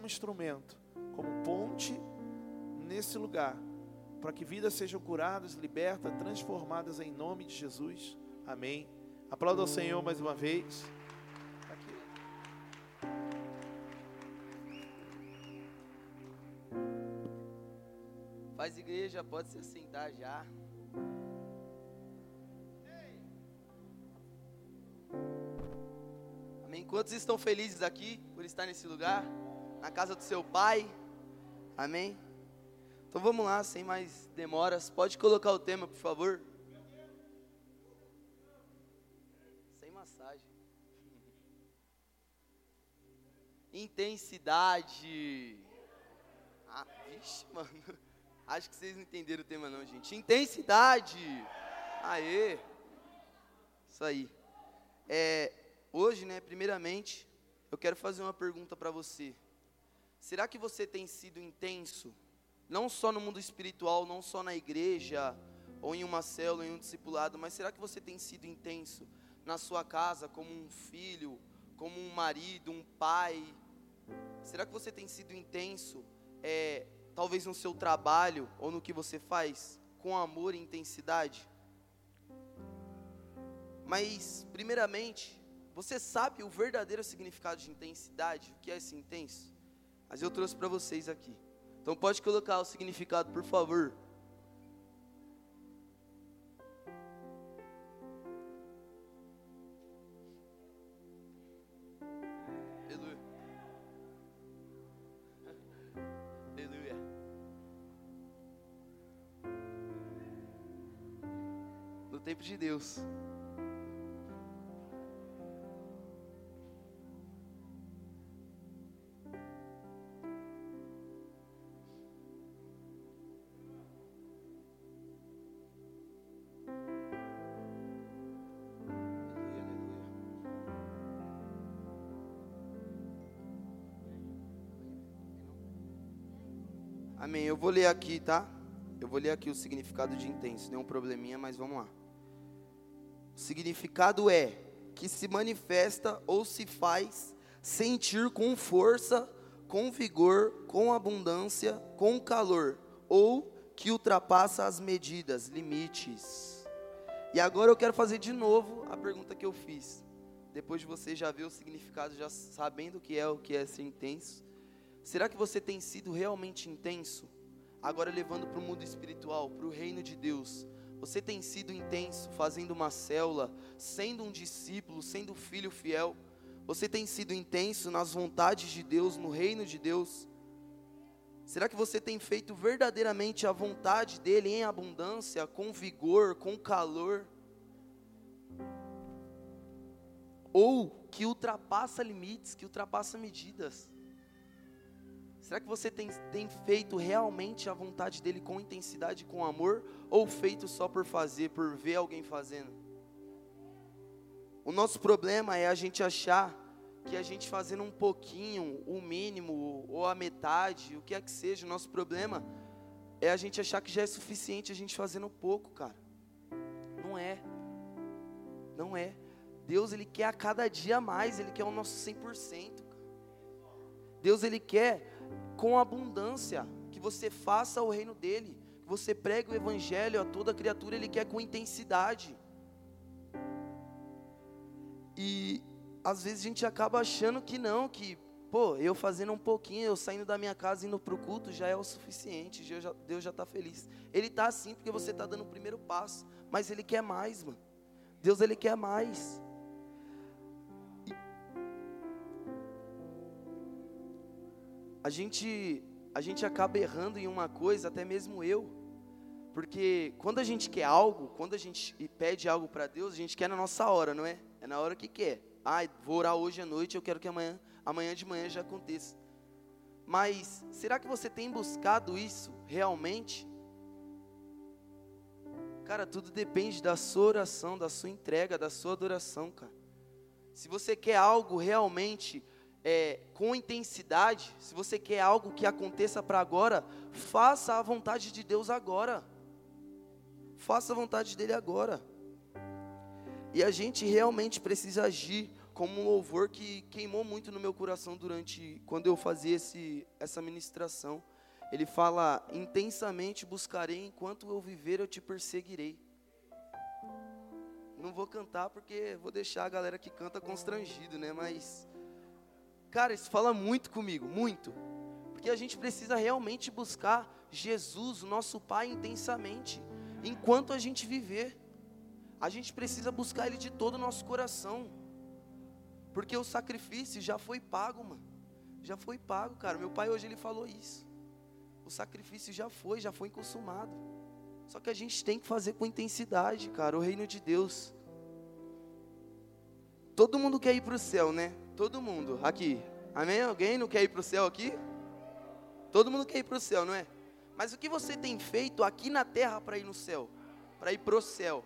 instrumento, como ponte nesse lugar, para que vidas sejam curadas, libertas, transformadas em nome de Jesus. Amém. Aplauda ao Senhor mais uma vez. Aqui. Paz, igreja, pode se sentar já. Amém. Quantos estão felizes aqui por estar nesse lugar? Na casa do seu pai? Amém. Então vamos lá, sem mais demoras. Pode colocar o tema, por favor. Sem massagem. Intensidade. Ah, vixe, mano. Acho que vocês não entenderam o tema não, gente. Intensidade. Aê. Isso aí. Hoje, primeiramente, eu quero fazer uma pergunta para você. Será que você tem sido intenso? Não só no mundo espiritual, não só na igreja, ou em uma célula, em um discipulado, mas será que você tem sido intenso na sua casa, como um filho, como um marido, um pai? Será que você tem sido intenso, talvez no seu trabalho, ou no que você faz, com amor e intensidade? Mas, primeiramente, você sabe o verdadeiro significado de intensidade? O que é ser intenso? Mas eu trouxe para vocês aqui. Então pode colocar o significado, por favor. Aleluia. Aleluia. No tempo de Deus. Amém, eu vou ler aqui, tá? Eu vou ler aqui o significado de intenso, deu um probleminha, mas vamos lá. O significado é que se manifesta ou se faz sentir com força, com vigor, com abundância, com calor, ou que ultrapassa as medidas, limites. E agora eu quero fazer de novo a pergunta que eu fiz. Depois de você já ver o significado, já sabendo o que é ser intenso. Será que você tem sido realmente intenso? Agora levando para o mundo espiritual, para o reino de Deus. Você tem sido intenso fazendo uma célula, sendo um discípulo, sendo filho fiel? Você tem sido intenso nas vontades de Deus, no reino de Deus? Será que você tem feito verdadeiramente a vontade dEle em abundância, com vigor, com calor? Ou que ultrapassa limites, que ultrapassa medidas? Será que você tem feito realmente a vontade dEle com intensidade, com amor? Ou feito só por fazer, por ver alguém fazendo? O nosso problema é a gente achar que a gente fazendo um pouquinho, o mínimo, ou a metade, o que é que seja, o nosso problema é a gente achar que já é suficiente a gente fazendo pouco, cara. Não é. Não é. Deus, Ele quer a cada dia mais, Ele quer o nosso 100%. Cara. Deus, Ele quer com abundância, que você faça o reino dEle, que você pregue o evangelho a toda criatura. Ele quer com intensidade. E às vezes a gente acaba achando que não, que eu fazendo um pouquinho, eu saindo da minha casa indo para o culto já é o suficiente, Deus já está feliz. Ele está assim porque você está dando o primeiro passo, mas Ele quer mais, mano. Deus, Ele quer mais. A gente acaba errando em uma coisa, até mesmo eu, porque quando a gente quer algo, quando a gente pede algo para Deus, a gente quer na nossa hora, não é? É na hora que quer. Vou orar hoje à noite, eu quero que amanhã de manhã já aconteça. Mas será que você tem buscado isso realmente? Cara, tudo depende da sua oração, da sua entrega, da sua adoração, cara. Se você quer algo realmente com intensidade, se você quer algo que aconteça para agora, faça a vontade de Deus agora. Faça a vontade dEle agora. E a gente realmente precisa agir como um louvor que queimou muito no meu coração quando eu fazia essa ministração. Ele fala: intensamente buscarei, enquanto eu viver eu te perseguirei. Não vou cantar porque vou deixar a galera que canta constrangido, né? Mas, cara, isso fala muito comigo, muito. Porque a gente precisa realmente buscar Jesus, o nosso Pai, intensamente. Enquanto a gente viver, a gente precisa buscar Ele de todo o nosso coração. Porque o sacrifício já foi pago, mano. Já foi pago, cara. Meu pai hoje ele falou isso. O sacrifício já foi consumado. Só que a gente tem que fazer com intensidade, cara, o reino de Deus. Todo mundo quer ir para o céu, né? Todo mundo, aqui. Amém? Alguém não quer ir para o céu aqui? Todo mundo quer ir para o céu, não é? Mas o que você tem feito aqui na terra para ir no céu? Para ir para o céu?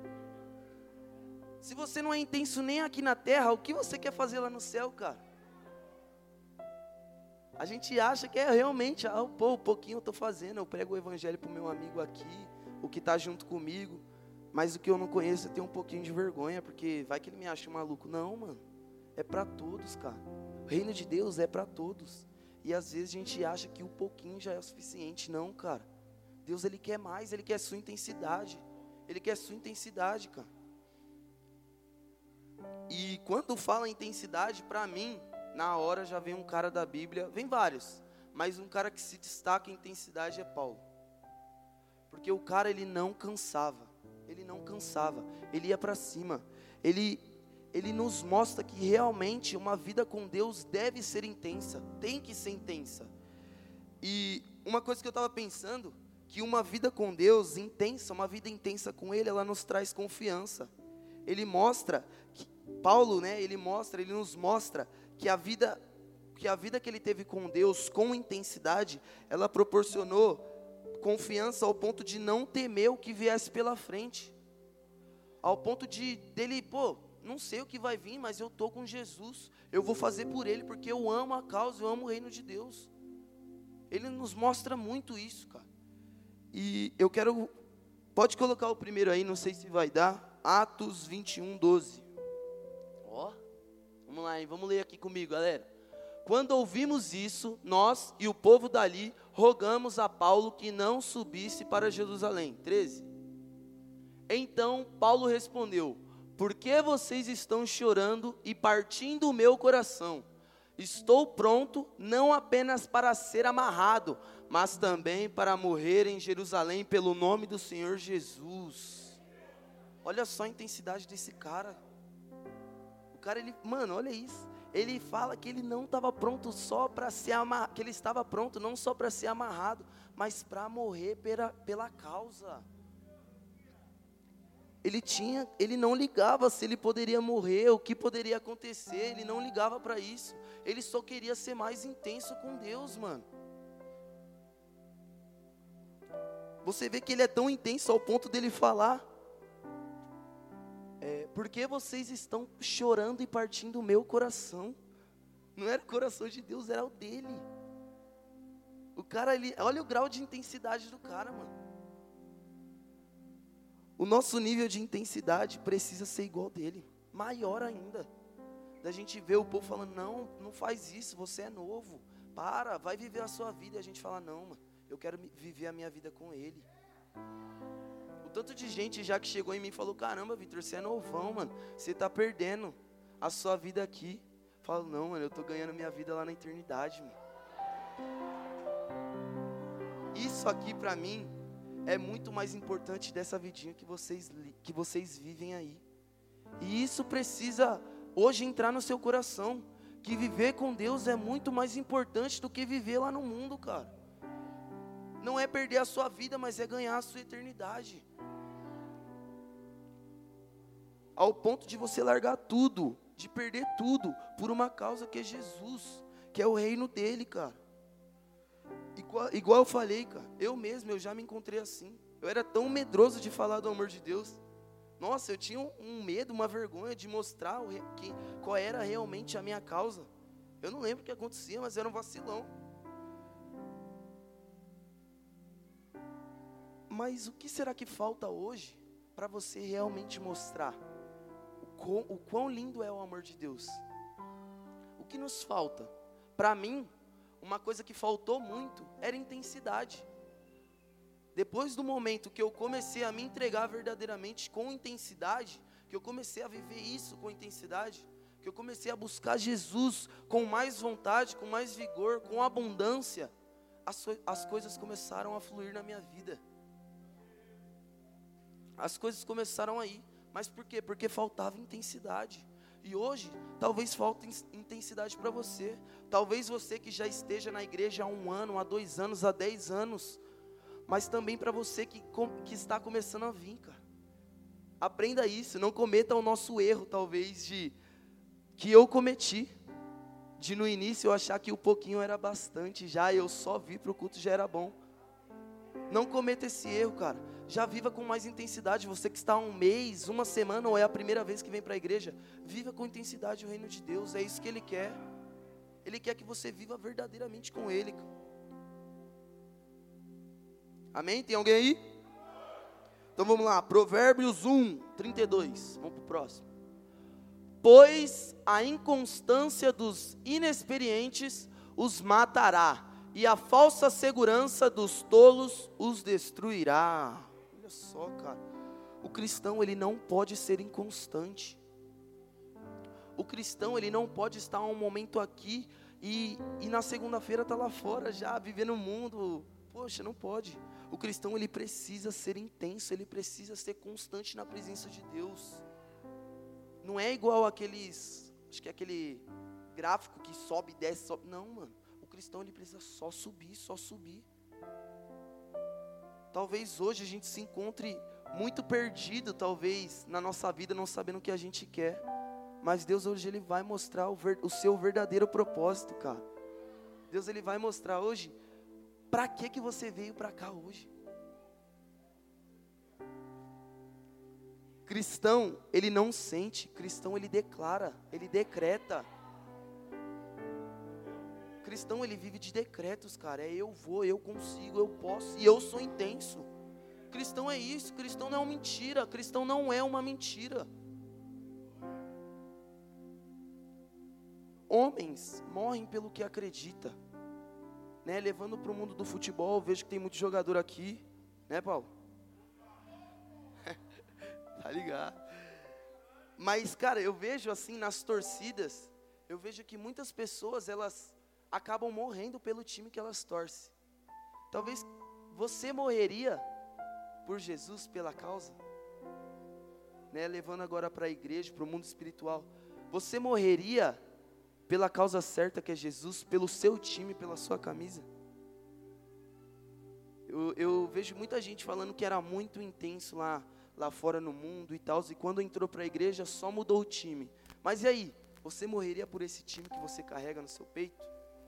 Se você não é intenso nem aqui na terra, o que você quer fazer lá no céu, cara? A gente acha que é realmente, o pouquinho eu estou fazendo, eu prego o evangelho para o meu amigo aqui, o que está junto comigo, mas o que eu não conheço eu tenho um pouquinho de vergonha, porque vai que ele me acha maluco. Não, mano, é para todos, cara. O reino de Deus é para todos. E às vezes a gente acha que o pouquinho já é o suficiente. Não, cara. Deus, Ele quer mais, Ele quer sua intensidade. Ele quer sua intensidade, cara. E quando fala intensidade, para mim, na hora já vem um cara da Bíblia, vem vários, mas um cara que se destaca em intensidade é Paulo. Porque o cara, ele não cansava, ele ia para cima, ele nos mostra que realmente uma vida com Deus deve ser intensa, tem que ser intensa. E uma coisa que eu estava pensando, que uma vida com Deus intensa, uma vida intensa com Ele, ela nos traz confiança. Ele mostra, Paulo, né, ele nos mostra que a vida que ele teve com Deus, com intensidade, ela proporcionou confiança ao ponto de não temer o que viesse pela frente. Ao ponto dele, não sei o que vai vir, mas eu estou com Jesus, eu vou fazer por Ele, porque eu amo a causa, eu amo o reino de Deus. Ele nos mostra muito isso, cara. E eu quero, pode colocar o primeiro aí, não sei se vai dar, Atos 21, 12. Vamos lá, hein? Vamos ler aqui comigo, galera. Quando ouvimos isso, nós e o povo dali rogamos a Paulo que não subisse para Jerusalém. 13. Então Paulo respondeu: por que vocês estão chorando e partindo o meu coração? Estou pronto não apenas para ser amarrado, mas também para morrer em Jerusalém pelo nome do Senhor Jesus. Olha só a intensidade desse cara. O cara, olha isso. Ele fala que ele não estava pronto só para ser amarrado, que ele estava pronto não só para ser amarrado, mas para morrer pela causa. Ele não ligava se ele poderia morrer, o que poderia acontecer, ele não ligava para isso. Ele só queria ser mais intenso com Deus, mano. Você vê que ele é tão intenso ao ponto dele falar: por que vocês estão chorando e partindo o meu coração? Não era o coração de Deus, era o dele. O cara, olha o grau de intensidade do cara, mano. O nosso nível de intensidade precisa ser igual dele, maior ainda. Da gente ver o povo falando: não faz isso, você é novo, vai viver a sua vida. E a gente fala: não, mano, eu quero viver a minha vida com ele. O tanto de gente já que chegou em mim e falou: caramba, Vitor, você é novão, mano, você está perdendo a sua vida aqui. Eu falo: não, mano, eu estou ganhando minha vida lá na eternidade, mano. Isso aqui para mim é muito mais importante dessa vidinha que vocês vivem aí. E isso precisa hoje entrar no seu coração, que viver com Deus é muito mais importante do que viver lá no mundo, cara. Não é perder a sua vida, mas é ganhar a sua eternidade. Ao ponto de você largar tudo, de perder tudo, por uma causa que é Jesus, que é o reino dele, cara. Igual eu falei, cara, eu já me encontrei assim. Eu era tão medroso de falar do amor de Deus. Nossa, eu tinha um medo, uma vergonha de mostrar qual era realmente a minha causa. Eu não lembro o que acontecia, mas era um vacilão. Mas o que será que falta hoje para você realmente mostrar o quão lindo é o amor de Deus. O que nos falta? Para mim, uma coisa que faltou muito era intensidade. Depois do momento que eu comecei a me entregar verdadeiramente com intensidade, que eu comecei a viver isso com intensidade, que eu comecei a buscar Jesus com mais vontade, com mais vigor, com abundância, as coisas começaram a fluir na minha vida. As coisas começaram a ir. Mas por quê? Porque faltava intensidade. E hoje, talvez falte intensidade para você. Talvez você que já esteja na igreja há 1 ano, há 2 anos, há 10 anos. Mas também para você que está começando a vir, cara. Aprenda isso, não cometa o nosso erro, talvez, que eu cometi. De no início eu achar que o pouquinho era bastante, já eu só vi para o culto já era bom. Não cometa esse erro, cara. Já viva com mais intensidade. Você que está há 1 mês, 1 semana, ou é a primeira vez que vem para a igreja, viva com intensidade o reino de Deus. É isso que Ele quer. Ele quer que você viva verdadeiramente com Ele. Amém? Tem alguém aí? Então vamos lá. Provérbios 1:32. Vamos para o próximo. Pois a inconstância dos inexperientes os matará, e a falsa segurança dos tolos os destruirá. Olha só, cara. O cristão, ele não pode ser inconstante. O cristão, ele não pode estar um momento aqui e na segunda-feira tá lá fora já, vivendo o mundo. Poxa, não pode. O cristão, ele precisa ser intenso, ele precisa ser constante na presença de Deus. Não é igual aqueles, acho que é aquele gráfico que sobe e desce, sobe. Não, mano. O cristão, ele precisa só subir, só subir. Talvez hoje a gente se encontre muito perdido, talvez, na nossa vida, não sabendo o que a gente quer. Mas Deus hoje, Ele vai mostrar o seu verdadeiro propósito, cara. Deus, Ele vai mostrar hoje, para que você veio para cá hoje. Cristão, ele não sente, cristão, ele declara, ele decreta. Cristão, ele vive de decretos, cara. É eu vou, eu consigo, eu posso, e eu sou intenso. Cristão é isso, cristão não é uma mentira, cristão não é uma mentira. Homens morrem pelo que acredita, né? Levando para o mundo do futebol, vejo que tem muito jogador aqui, né, Paulo? Tá ligado? Mas, cara, eu vejo assim nas torcidas, eu vejo que muitas pessoas, elas acabam morrendo pelo time que elas torcem. Talvez você morreria por Jesus, pela causa, né? Levando agora para a igreja, para o mundo espiritual. Você morreria pela causa certa, que é Jesus, pelo seu time, pela sua camisa? Eu vejo muita gente falando que era muito intenso lá fora no mundo e tal, e quando entrou para a igreja só mudou o time. Mas e aí? Você morreria por esse time que você carrega no seu peito?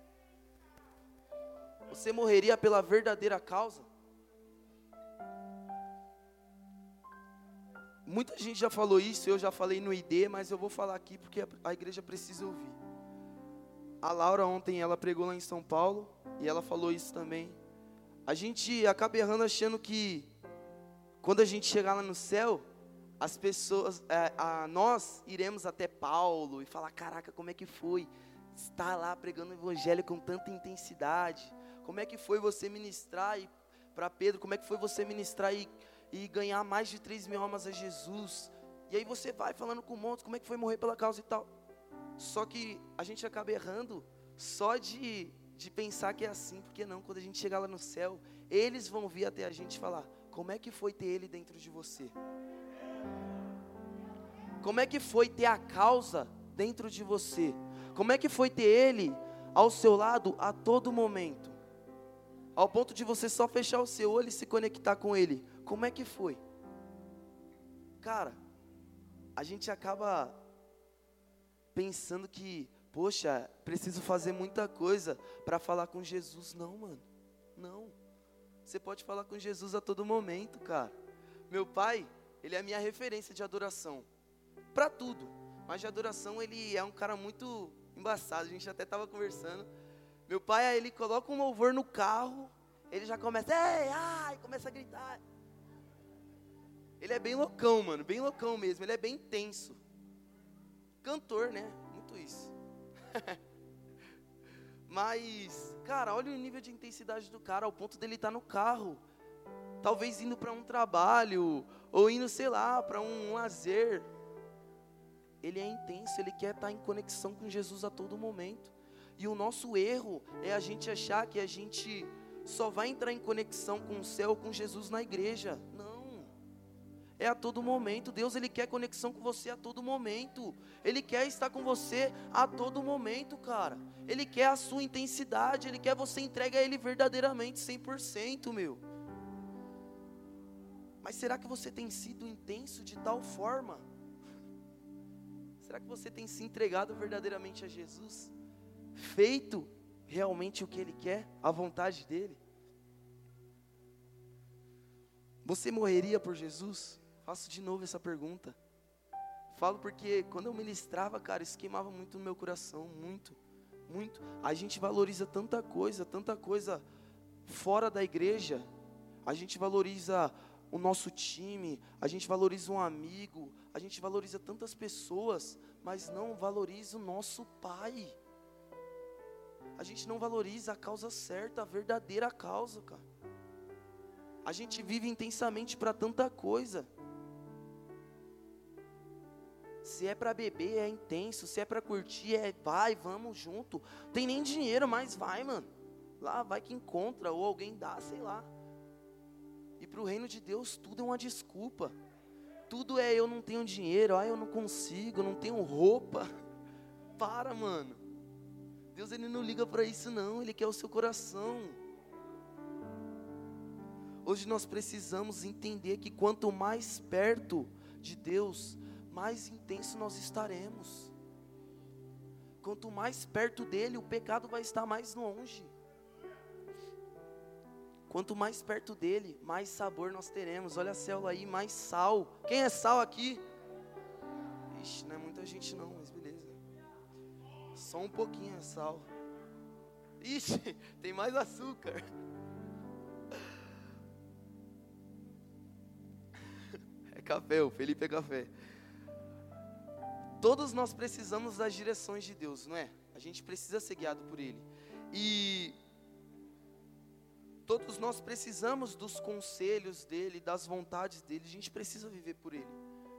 Você morreria pela verdadeira causa? Muita gente já falou isso, eu já falei no ID, mas eu vou falar aqui porque a igreja precisa ouvir. A Laura ontem, ela pregou lá em São Paulo, e ela falou isso também. A gente acaba errando achando que quando a gente chegar lá no céu, as pessoas, nós iremos até Paulo e falar: caraca, como é que foi estar lá pregando o evangelho com tanta intensidade? Como é que foi você ministrar para Pedro? Como é que foi você ministrar e ganhar mais de 3.000 almas a Jesus? E aí você vai falando com um monte, como é que foi morrer pela causa e tal. Só que a gente acaba errando só de pensar que é assim, porque não, quando a gente chegar lá no céu, eles vão vir até a gente falar: como é que foi ter Ele dentro de você? Como é que foi ter a causa dentro de você? Como é que foi ter Ele ao seu lado a todo momento? Ao ponto de você só fechar o seu olho e se conectar com Ele. Como é que foi? Cara, a gente acaba pensando que, poxa, preciso fazer muita coisa para falar com Jesus. Não, mano, não. Você pode falar com Jesus a todo momento, cara. Meu pai, ele é a minha referência de adoração, para tudo. Mas de adoração ele é um cara muito embaçado, a gente até estava conversando. Meu pai, ele coloca um louvor no carro, ele já começa, ei, ai, começa a gritar. Ele é bem loucão, mano, bem loucão mesmo, ele é bem intenso. cantor, né? Muito isso. Mas, cara, olha o nível de intensidade do cara, ao ponto dele estar no carro, talvez indo para um trabalho, ou indo, sei lá, para um lazer. Ele é intenso, ele quer estar em conexão com Jesus a todo momento. E o nosso erro é a gente achar que a gente só vai entrar em conexão com o céu, com Jesus na igreja. Não. É a todo momento. Deus, Ele quer conexão com você a todo momento. Ele quer estar com você a todo momento, cara. Ele quer a sua intensidade. Ele quer você entregue a Ele verdadeiramente, 100%, meu. Mas será que você tem sido intenso de tal forma? Será que você tem se entregado verdadeiramente a Jesus? Feito realmente o que Ele quer, a vontade dEle? Você morreria por Jesus? Faço de novo essa pergunta. Falo porque quando eu ministrava, cara, isso queimava muito no meu coração, muito, muito. A gente valoriza tanta coisa fora da igreja. A gente valoriza o nosso time, a gente valoriza um amigo, a gente valoriza tantas pessoas, mas não valoriza o nosso Pai. A gente não valoriza a causa certa, a verdadeira causa, cara. A gente vive intensamente para tanta coisa. Se é para beber, é intenso. Se é para curtir, vai, vamos junto. Tem nem dinheiro, mas vai, mano. Lá vai que encontra, ou alguém dá, sei lá. E para o reino de Deus, tudo é uma desculpa. Tudo é, eu não tenho dinheiro, eu não consigo, não tenho roupa. Para, mano. Deus, Ele não liga para isso não, Ele quer o seu coração. Hoje nós precisamos entender que quanto mais perto de Deus, mais intenso nós estaremos. Quanto mais perto dEle, o pecado vai estar mais longe. Quanto mais perto dEle, mais sabor nós teremos. Olha a célula aí, mais sal. Quem é sal aqui? Ixi, não é muita gente não, mas beleza. Só um pouquinho é sal. Ixi, tem mais açúcar. É café, o Felipe é café. Todos nós precisamos das direções de Deus, não é? A gente precisa ser guiado por Ele. E todos nós precisamos dos conselhos dEle, das vontades dEle. A gente precisa viver por Ele.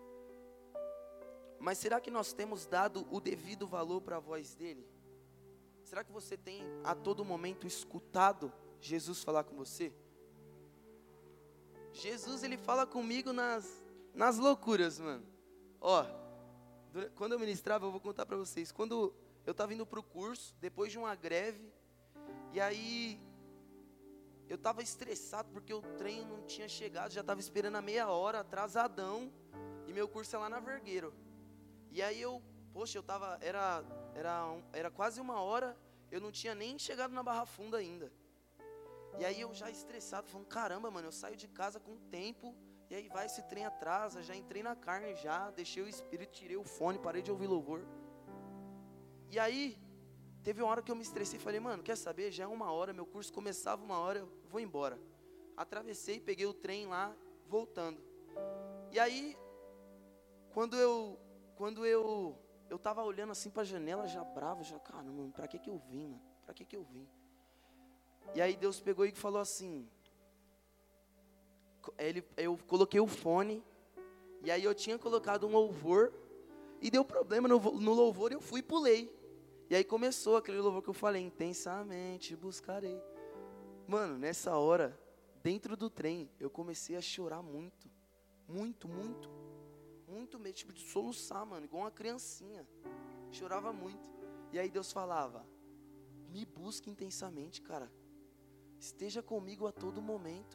Mas será que nós temos dado o devido valor para a voz dEle? Será que você tem a todo momento escutado Jesus falar com você? Jesus, Ele fala comigo nas loucuras, mano. Ó, quando eu ministrava, eu vou contar para vocês. Quando eu estava indo para o curso, depois de uma greve, e aí eu estava estressado porque o trem não tinha chegado, já estava esperando a meia hora, atrasadão, e meu curso é lá na Vergueiro. E aí eu estava, era quase uma hora, eu não tinha nem chegado na Barra Funda ainda. E aí eu já estressado, falando, caramba, mano, eu saio de casa com tempo, e aí vai esse trem atrasa, já entrei na carne já, deixei o espírito, tirei o fone, parei de ouvir louvor. E aí, teve uma hora que eu me estressei e falei, mano, quer saber, já é uma hora, meu curso começava uma hora, eu vou embora. Atravessei, peguei o trem lá, voltando. E aí, quando eu tava olhando assim pra janela, já bravo, já, caramba, pra que eu vim, mano? Pra que eu vim? E aí Deus pegou e falou assim, eu coloquei o fone, e aí eu tinha colocado um louvor, e deu problema no louvor, eu fui e pulei. E aí começou aquele louvor que eu falei, intensamente buscarei. Mano, nessa hora, dentro do trem, eu comecei a chorar muito mesmo, tipo de soluçar, mano, igual uma criancinha. Chorava muito. E aí Deus falava, me busque intensamente, cara. Esteja comigo a todo momento.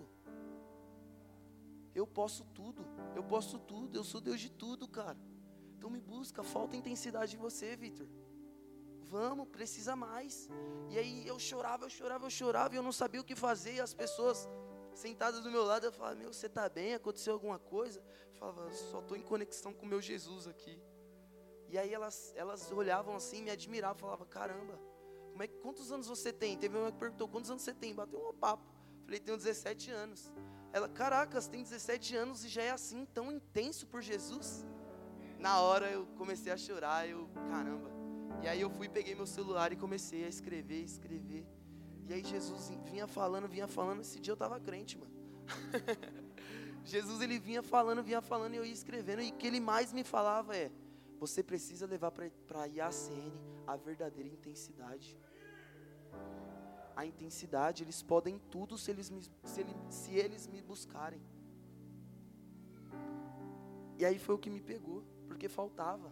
Eu posso tudo, eu sou Deus de tudo, cara. Então me busca, falta intensidade em você, Vitor. Vamos, precisa mais. E aí eu chorava, e eu não sabia o que fazer, e as pessoas sentadas do meu lado, eu falava, meu, você está bem? Aconteceu alguma coisa? Eu falava, só estou em conexão com o meu Jesus aqui. E aí elas olhavam assim, me admiravam, falavam, caramba, quantos anos você tem? Teve uma que perguntou, quantos anos você tem? Bateu um papo. Falei, tenho 17 anos. Ela, caraca, você tem 17 anos e já é assim, tão intenso por Jesus? Na hora eu comecei a chorar, caramba. E aí eu fui, peguei meu celular e comecei a escrever. E aí Jesus vinha falando, esse dia eu tava crente, mano. Jesus, ele vinha falando, e eu ia escrevendo, e o que ele mais me falava é: você precisa levar para IACN a verdadeira intensidade. A intensidade, eles podem tudo se eles me buscarem. E aí foi o que me pegou, porque faltava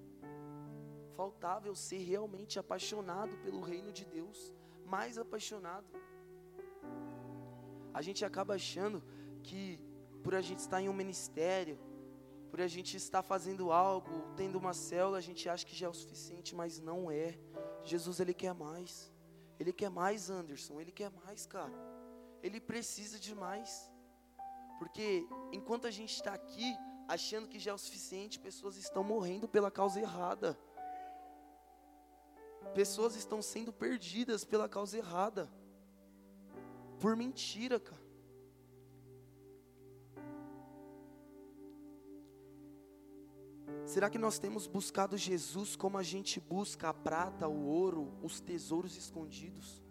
eu ser realmente apaixonado pelo reino de Deus, mais apaixonado. A gente acaba achando que por a gente estar em um ministério, por a gente estar fazendo algo, tendo uma célula, a gente acha que já é o suficiente, mas não é. Jesus, ele quer mais. Ele quer mais, Anderson, ele quer mais, cara. Ele precisa de mais. Porque enquanto a gente está aqui, achando que já é o suficiente, pessoas estão morrendo pela causa errada. Pessoas estão sendo perdidas pela causa errada. Por mentira, cara. Será que nós temos buscado Jesus como a gente busca a prata, o ouro, os tesouros escondidos?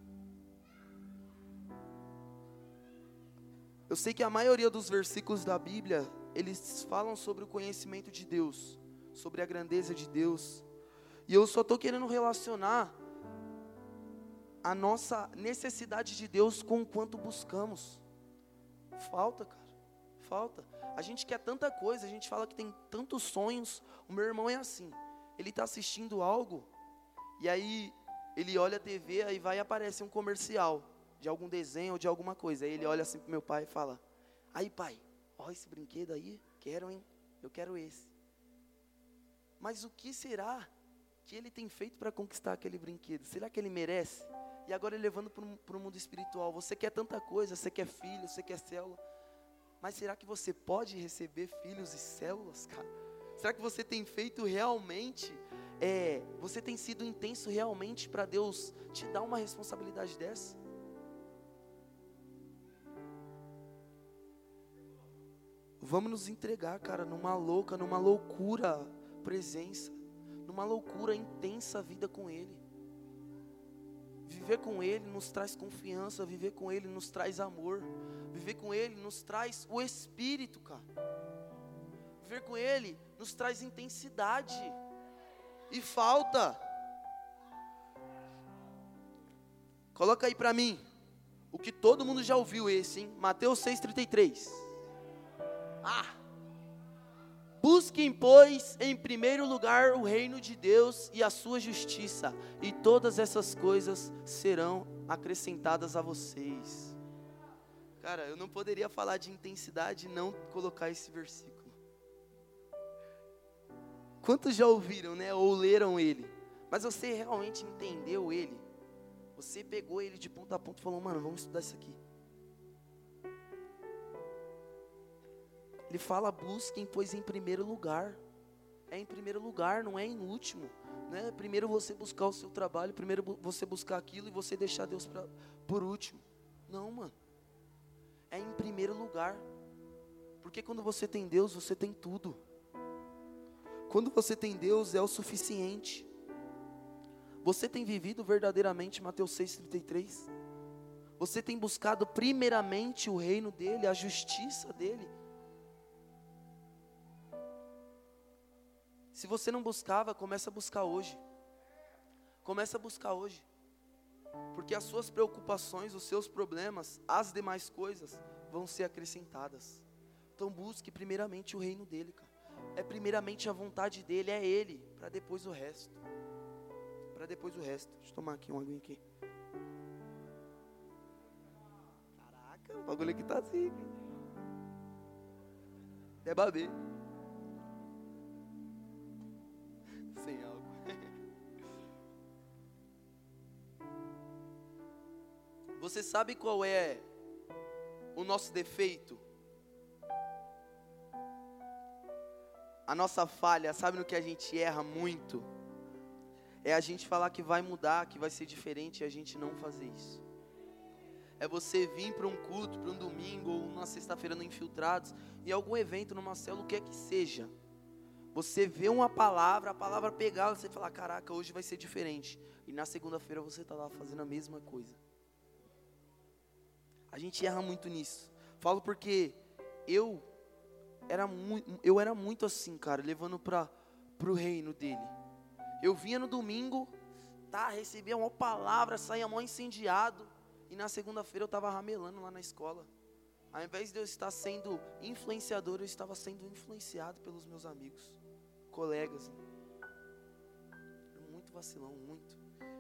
Eu sei que a maioria dos versículos da Bíblia, eles falam sobre o conhecimento de Deus, sobre a grandeza de Deus. E eu só estou querendo relacionar a nossa necessidade de Deus com o quanto buscamos. Falta, cara, falta. A gente quer tanta coisa, a gente fala que tem tantos sonhos. O meu irmão é assim, ele está assistindo algo, e aí ele olha a TV, aí vai aparecer um comercial de algum desenho ou de alguma coisa. Aí ele olha assim pro meu pai e fala: aí pai, ó esse brinquedo aí, quero hein, eu quero esse. Mas o que será que ele tem feito para conquistar aquele brinquedo? Será que ele merece? E agora ele levando para o mundo espiritual, você quer tanta coisa, você quer filho, você quer célula, mas será que você pode receber filhos e células, cara? Será que você tem feito realmente, você tem sido intenso realmente para Deus te dar uma responsabilidade dessa? Vamos nos entregar, cara, numa loucura presença, numa loucura intensa vida com Ele. Viver com Ele nos traz confiança, viver com Ele nos traz amor, viver com Ele nos traz o Espírito, cara. Viver com Ele nos traz intensidade e falta. Coloca aí para mim, o que todo mundo já ouviu esse, hein? Mateus 6,33. Busquem, pois, em primeiro lugar o reino de Deus e a sua justiça, e todas essas coisas serão acrescentadas a vocês. Cara, eu não poderia falar de intensidade e não colocar esse versículo. Quantos já ouviram, né, ou leram ele? Mas você realmente entendeu ele? Você pegou ele de ponta a ponta e falou: mano, vamos estudar isso aqui. Ele fala: busquem, pois, em primeiro lugar. É em primeiro lugar, não é em último. Não é primeiro você buscar o seu trabalho, primeiro você buscar aquilo e você deixar Deus por último. Não, mano. É em primeiro lugar. Porque quando você tem Deus, você tem tudo. Quando você tem Deus, é o suficiente. Você tem vivido verdadeiramente Mateus 6,33? Você tem buscado primeiramente o reino dEle, a justiça dEle? Se você não buscava, começa a buscar hoje. Começa a buscar hoje. Porque as suas preocupações, os seus problemas, as demais coisas vão ser acrescentadas. Então busque primeiramente o reino dEle, cara. É primeiramente a vontade dEle, é Ele, para depois o resto. Para depois o resto. Deixa eu tomar aqui uma aguinha aqui. Caraca, o bagulho aqui tá assim. É babê. Sem álcool. Você sabe qual é o nosso defeito? A nossa falha, sabe no que a gente erra muito? É a gente falar que vai mudar, que vai ser diferente, e a gente não fazer isso. É você vir para um culto, para um domingo, ou uma sexta-feira no Infiltrados, em algum evento, numa célula, o que é que seja. Você vê uma palavra, a palavra pegar, você fala, caraca, hoje vai ser diferente. E na segunda-feira você está lá fazendo a mesma coisa. A gente erra muito nisso. Falo porque eu era muito assim, cara, levando para o reino dele. Eu vinha no domingo, recebia uma palavra, saía mó incendiado. E na segunda-feira eu estava ramelando lá na escola. Ao invés de eu estar sendo influenciador, eu estava sendo influenciado pelos meus amigos, colegas. Muito vacilão, muito.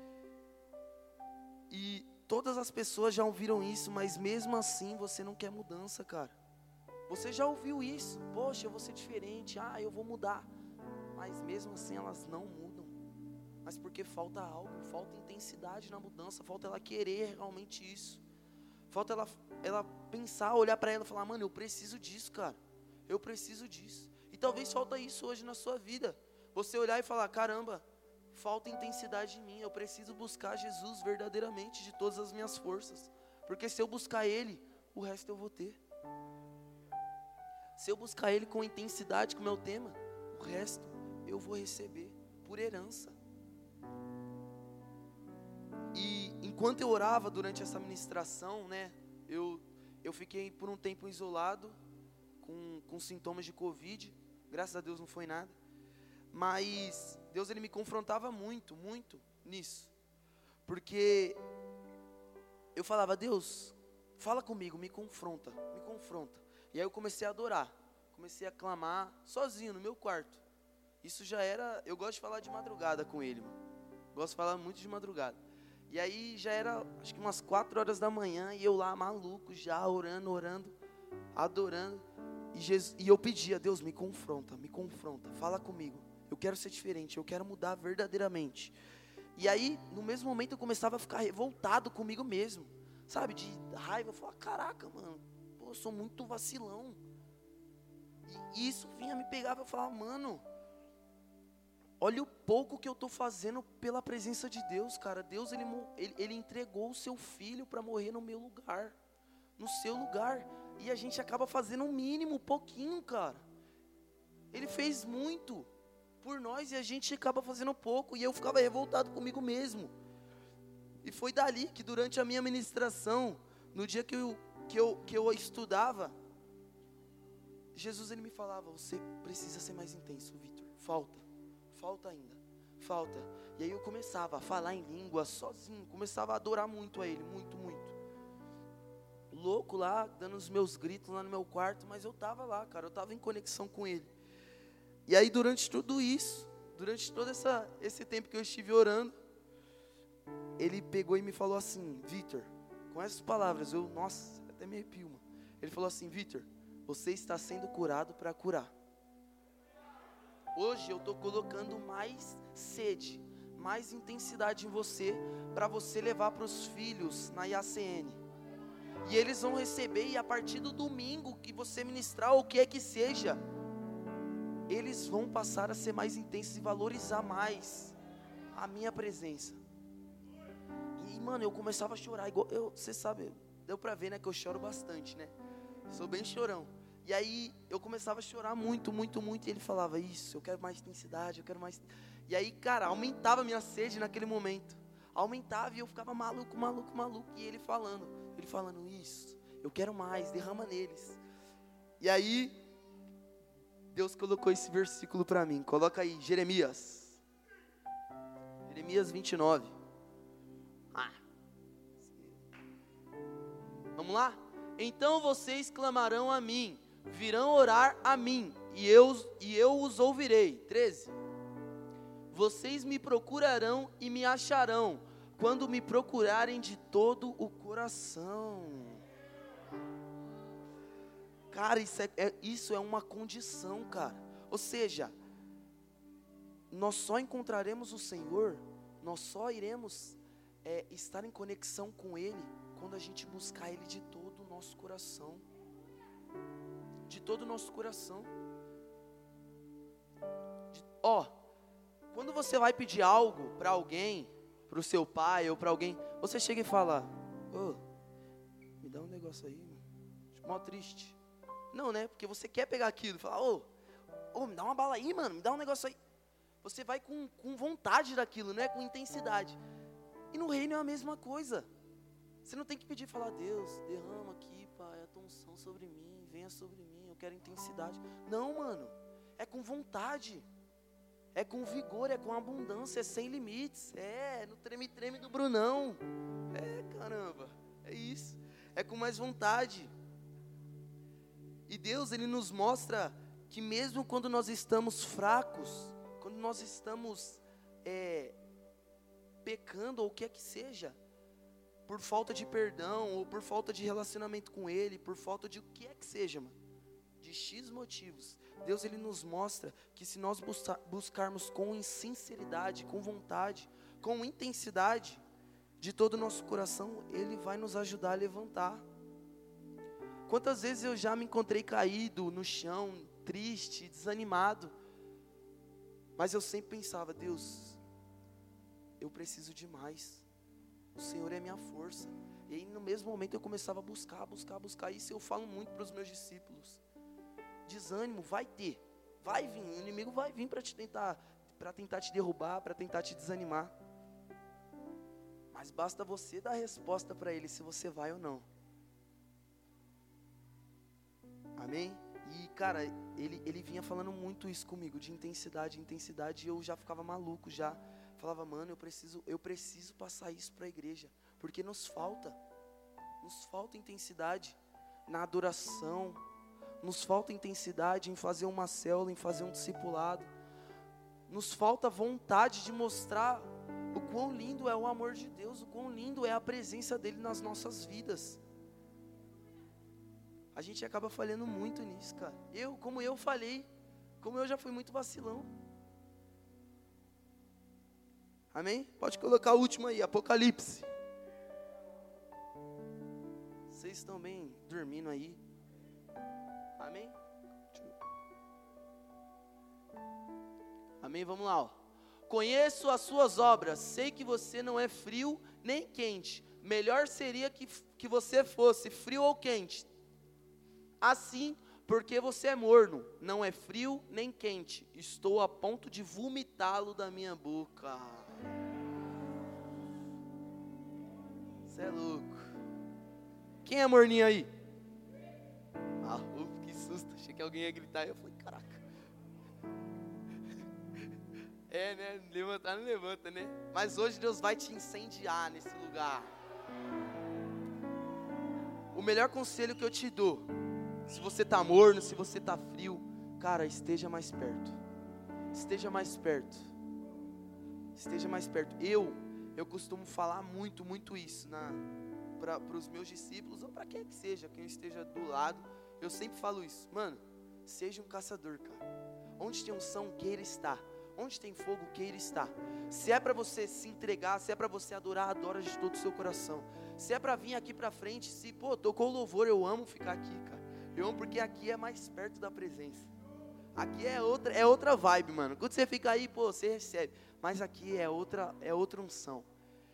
E todas as pessoas já ouviram isso, mas mesmo assim você não quer mudança, cara. Você já ouviu isso? Poxa, eu vou ser diferente, eu vou mudar. Mas mesmo assim elas não mudam. Mas porque falta algo, falta intensidade na mudança, falta ela querer realmente isso. Falta ela pensar, olhar para ela e falar, mano, eu preciso disso, cara. Eu preciso disso. E talvez falta isso hoje na sua vida. Você olhar e falar, caramba, falta intensidade em mim. Eu preciso buscar Jesus verdadeiramente de todas as minhas forças. Porque se eu buscar Ele, o resto eu vou ter. Se eu buscar Ele com intensidade, com o meu tema, o resto eu vou receber por herança. E enquanto eu orava durante essa ministração, né, eu fiquei por um tempo isolado, com sintomas de Covid. Graças a Deus não foi nada. Mas Deus, Ele me confrontava muito, muito nisso. Porque eu falava, Deus, fala comigo, me confronta, me confronta. E aí eu comecei a adorar, comecei a clamar sozinho no meu quarto. Isso já era, eu gosto de falar de madrugada com Ele, mano. Gosto de falar muito de madrugada. E aí já era, acho que umas 4 horas da manhã, e eu lá maluco já, orando, adorando. E eu pedia, Deus, me confronta, fala comigo. Eu quero ser diferente, eu quero mudar verdadeiramente. E aí, no mesmo momento, eu começava a ficar revoltado comigo mesmo. Sabe, de raiva. Eu falava, caraca, mano, eu sou muito vacilão. E isso vinha, me pegava, eu falava, mano, olha o pouco que eu estou fazendo pela presença de Deus, cara. Deus, ele entregou o seu filho para morrer no meu lugar, no seu lugar. E a gente acaba fazendo o mínimo, pouquinho, cara. Ele fez muito por nós e a gente acaba fazendo pouco. E eu ficava revoltado comigo mesmo. E foi dali que durante a minha ministração, no dia que eu estudava, Jesus, Ele me falava, você precisa ser mais intenso, Vitor. Falta ainda, falta. E aí eu começava a falar em língua sozinho, começava a adorar muito a Ele, muito, muito. Louco lá, dando os meus gritos lá no meu quarto, mas eu estava lá, cara, eu estava em conexão com Ele. E aí durante tudo isso, durante todo esse tempo que eu estive orando, Ele pegou e me falou assim, Vitor, com essas palavras, nossa, até me arrepio, mano. Ele falou assim, Vitor, você está sendo curado para curar. Hoje eu estou colocando mais sede, mais intensidade em você, para você levar para os filhos na IACN. E eles vão receber, e a partir do domingo que você ministrar, ou o que é que seja, eles vão passar a ser mais intensos e valorizar mais a minha presença. E mano, eu começava a chorar, você sabe, deu para ver, né, que eu choro bastante, né, sou bem chorão. E aí eu começava a chorar muito, muito, muito. E ele falava, isso, eu quero mais intensidade, eu quero mais. E aí, cara, aumentava a minha sede naquele momento. Aumentava e eu ficava maluco. E ele falando, isso, eu quero mais, derrama neles. E aí, Deus colocou esse versículo para mim. Coloca aí, Jeremias 29. Vamos lá? Então vocês clamarão a mim, virão orar a mim, e eu os ouvirei. 13. Vocês me procurarão e me acharão, quando me procurarem de todo o coração. Cara, isso é uma condição, cara. Ou seja, nós só encontraremos o Senhor, nós só iremos estar em conexão com Ele, quando a gente buscar Ele de todo o nosso coração. De todo o nosso coração. Quando você vai pedir algo para alguém, para o seu pai ou para alguém, você chega e fala, me dá um negócio aí, mano. Mó triste. Não, né? Porque você quer pegar aquilo e falar, Ô, me dá uma bala aí, mano, me dá um negócio aí. Você vai com vontade daquilo, não é com intensidade. E no reino é a mesma coisa. Você não tem que pedir e falar, Deus, derrama aqui, Pai, a tua unção sobre mim, venha sobre mim, eu quero intensidade. Não, mano, é com vontade, é com vigor, é com abundância, é sem limites, é no treme-treme do Brunão. Caramba, é isso, é com mais vontade. E Deus, Ele nos mostra que mesmo quando nós estamos fracos, quando nós estamos pecando ou o que é que seja, por falta de perdão, ou por falta de relacionamento com Ele, por falta de o que é que seja, mano, de X motivos, Deus, Ele nos mostra que se nós buscarmos com sinceridade, com vontade, com intensidade, de todo o nosso coração, Ele vai nos ajudar a levantar. Quantas vezes eu já me encontrei caído no chão, triste, desanimado, mas eu sempre pensava, Deus, eu preciso de mais. O Senhor é minha força. E aí no mesmo momento eu começava a buscar. Isso eu falo muito para os meus discípulos. Desânimo vai ter, vai vir, o inimigo vai vir para tentar te derrubar, para tentar te desanimar. Mas basta você dar a resposta para ele, se você vai ou não. Amém? E cara, ele vinha falando muito isso comigo, de intensidade, e eu já ficava maluco já. Falava, mano, eu preciso passar isso para a igreja, porque nos falta intensidade na adoração, nos falta intensidade em fazer uma célula, em fazer um discipulado, nos falta vontade de mostrar o quão lindo é o amor de Deus, o quão lindo é a presença dele nas nossas vidas. A gente acaba falhando muito nisso, cara. Como eu já fui muito vacilão. Amém? Pode colocar o último aí, Apocalipse. Vocês estão bem dormindo aí? Amém? Amém, vamos lá, ó. Conheço as suas obras, sei que você não é frio nem quente. Melhor seria que você fosse frio ou quente. Assim, porque você é morno, não é frio nem quente. Estou a ponto de vomitá-lo da minha boca. Você é louco. Quem é morninho aí? Que susto, achei que alguém ia gritar. Eu falei, caraca. Né, levantar não levanta, né? Mas hoje Deus vai te incendiar nesse lugar. O melhor conselho que eu te dou, se você tá morno, se você tá frio, cara, esteja mais perto. Esteja mais perto. Esteja mais perto. Eu costumo falar muito isso para os meus discípulos, ou para quem que seja, quem esteja do lado. Eu sempre falo isso. Mano, seja um caçador, cara. Onde tem unção, queira estar. Onde tem fogo, queira estar. Se é para você se entregar, se é para você adorar, adora de todo o seu coração. Se é para vir aqui para frente, tocou o louvor, eu amo ficar aqui, cara. Eu amo porque aqui é mais perto da presença. Aqui é outra vibe, mano. Quando você fica aí, você recebe. Mas aqui é outra unção.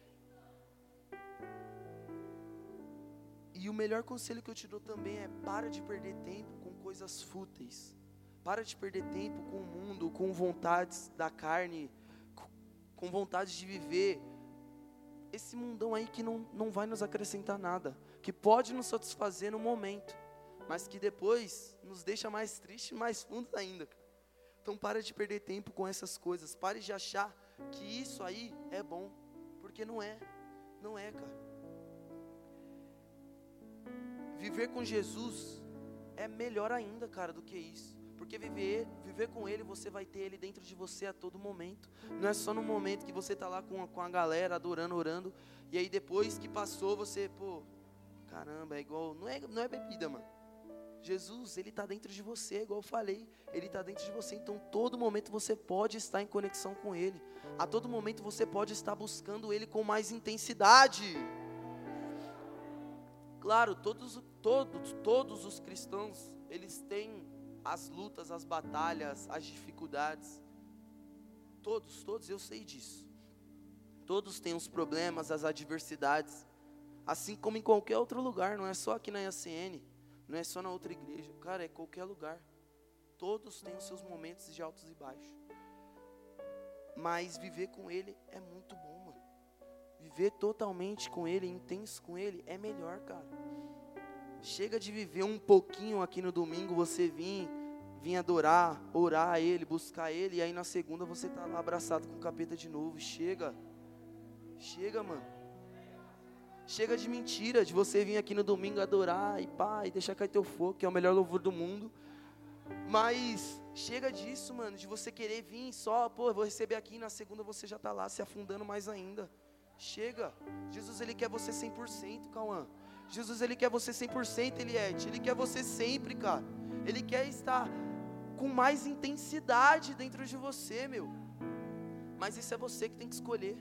E o melhor conselho que eu te dou também é: para de perder tempo com coisas fúteis. Para de perder tempo com o mundo, com vontades da carne, com vontade de viver esse mundão aí que não vai nos acrescentar nada, que pode nos satisfazer no momento, mas que depois nos deixa mais tristes e mais fundos ainda, cara. Então para de perder tempo com essas coisas, pare de achar que isso aí é bom, porque não é, cara. Viver com Jesus é melhor ainda, cara, do que isso. Porque viver com Ele, você vai ter Ele dentro de você a todo momento. Não é só no momento que você está lá com a galera, adorando, orando. E aí depois que passou, você, caramba, é igual, não é bebida, mano. Jesus, Ele está dentro de você, igual eu falei. Ele está dentro de você, então todo momento você pode estar em conexão com Ele. A todo momento você pode estar buscando Ele com mais intensidade. Claro, todos os cristãos, eles têm as lutas, as batalhas, as dificuldades. Todos, eu sei disso. Todos têm os problemas, as adversidades. Assim como em qualquer outro lugar, não é só aqui na IACN, não é só na outra igreja. Cara, é qualquer lugar. Todos têm os seus momentos de altos e baixos. Mas viver com Ele é muito bom, mano. Viver totalmente com Ele, intenso com Ele, é melhor, cara. Chega de viver um pouquinho aqui no domingo, você vir adorar, orar a Ele, buscar Ele, e aí na segunda você tá lá abraçado com o capeta de novo. Chega, mano. Chega de mentira, de você vir aqui no domingo adorar e pá, e deixar cair teu fogo, que é o melhor louvor do mundo. Mas chega disso, mano, de você querer vir só, pô, eu vou receber aqui, e na segunda você já tá lá se afundando mais ainda. Chega. Jesus, Ele quer você 100%, Cauã. Jesus, Ele quer você 100%, Eliette. Ele quer você sempre, cara. Ele quer estar com mais intensidade dentro de você, meu. Mas isso é você que tem que escolher.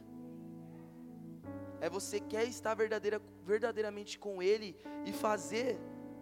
É você que quer estar verdadeiramente com Ele e fazer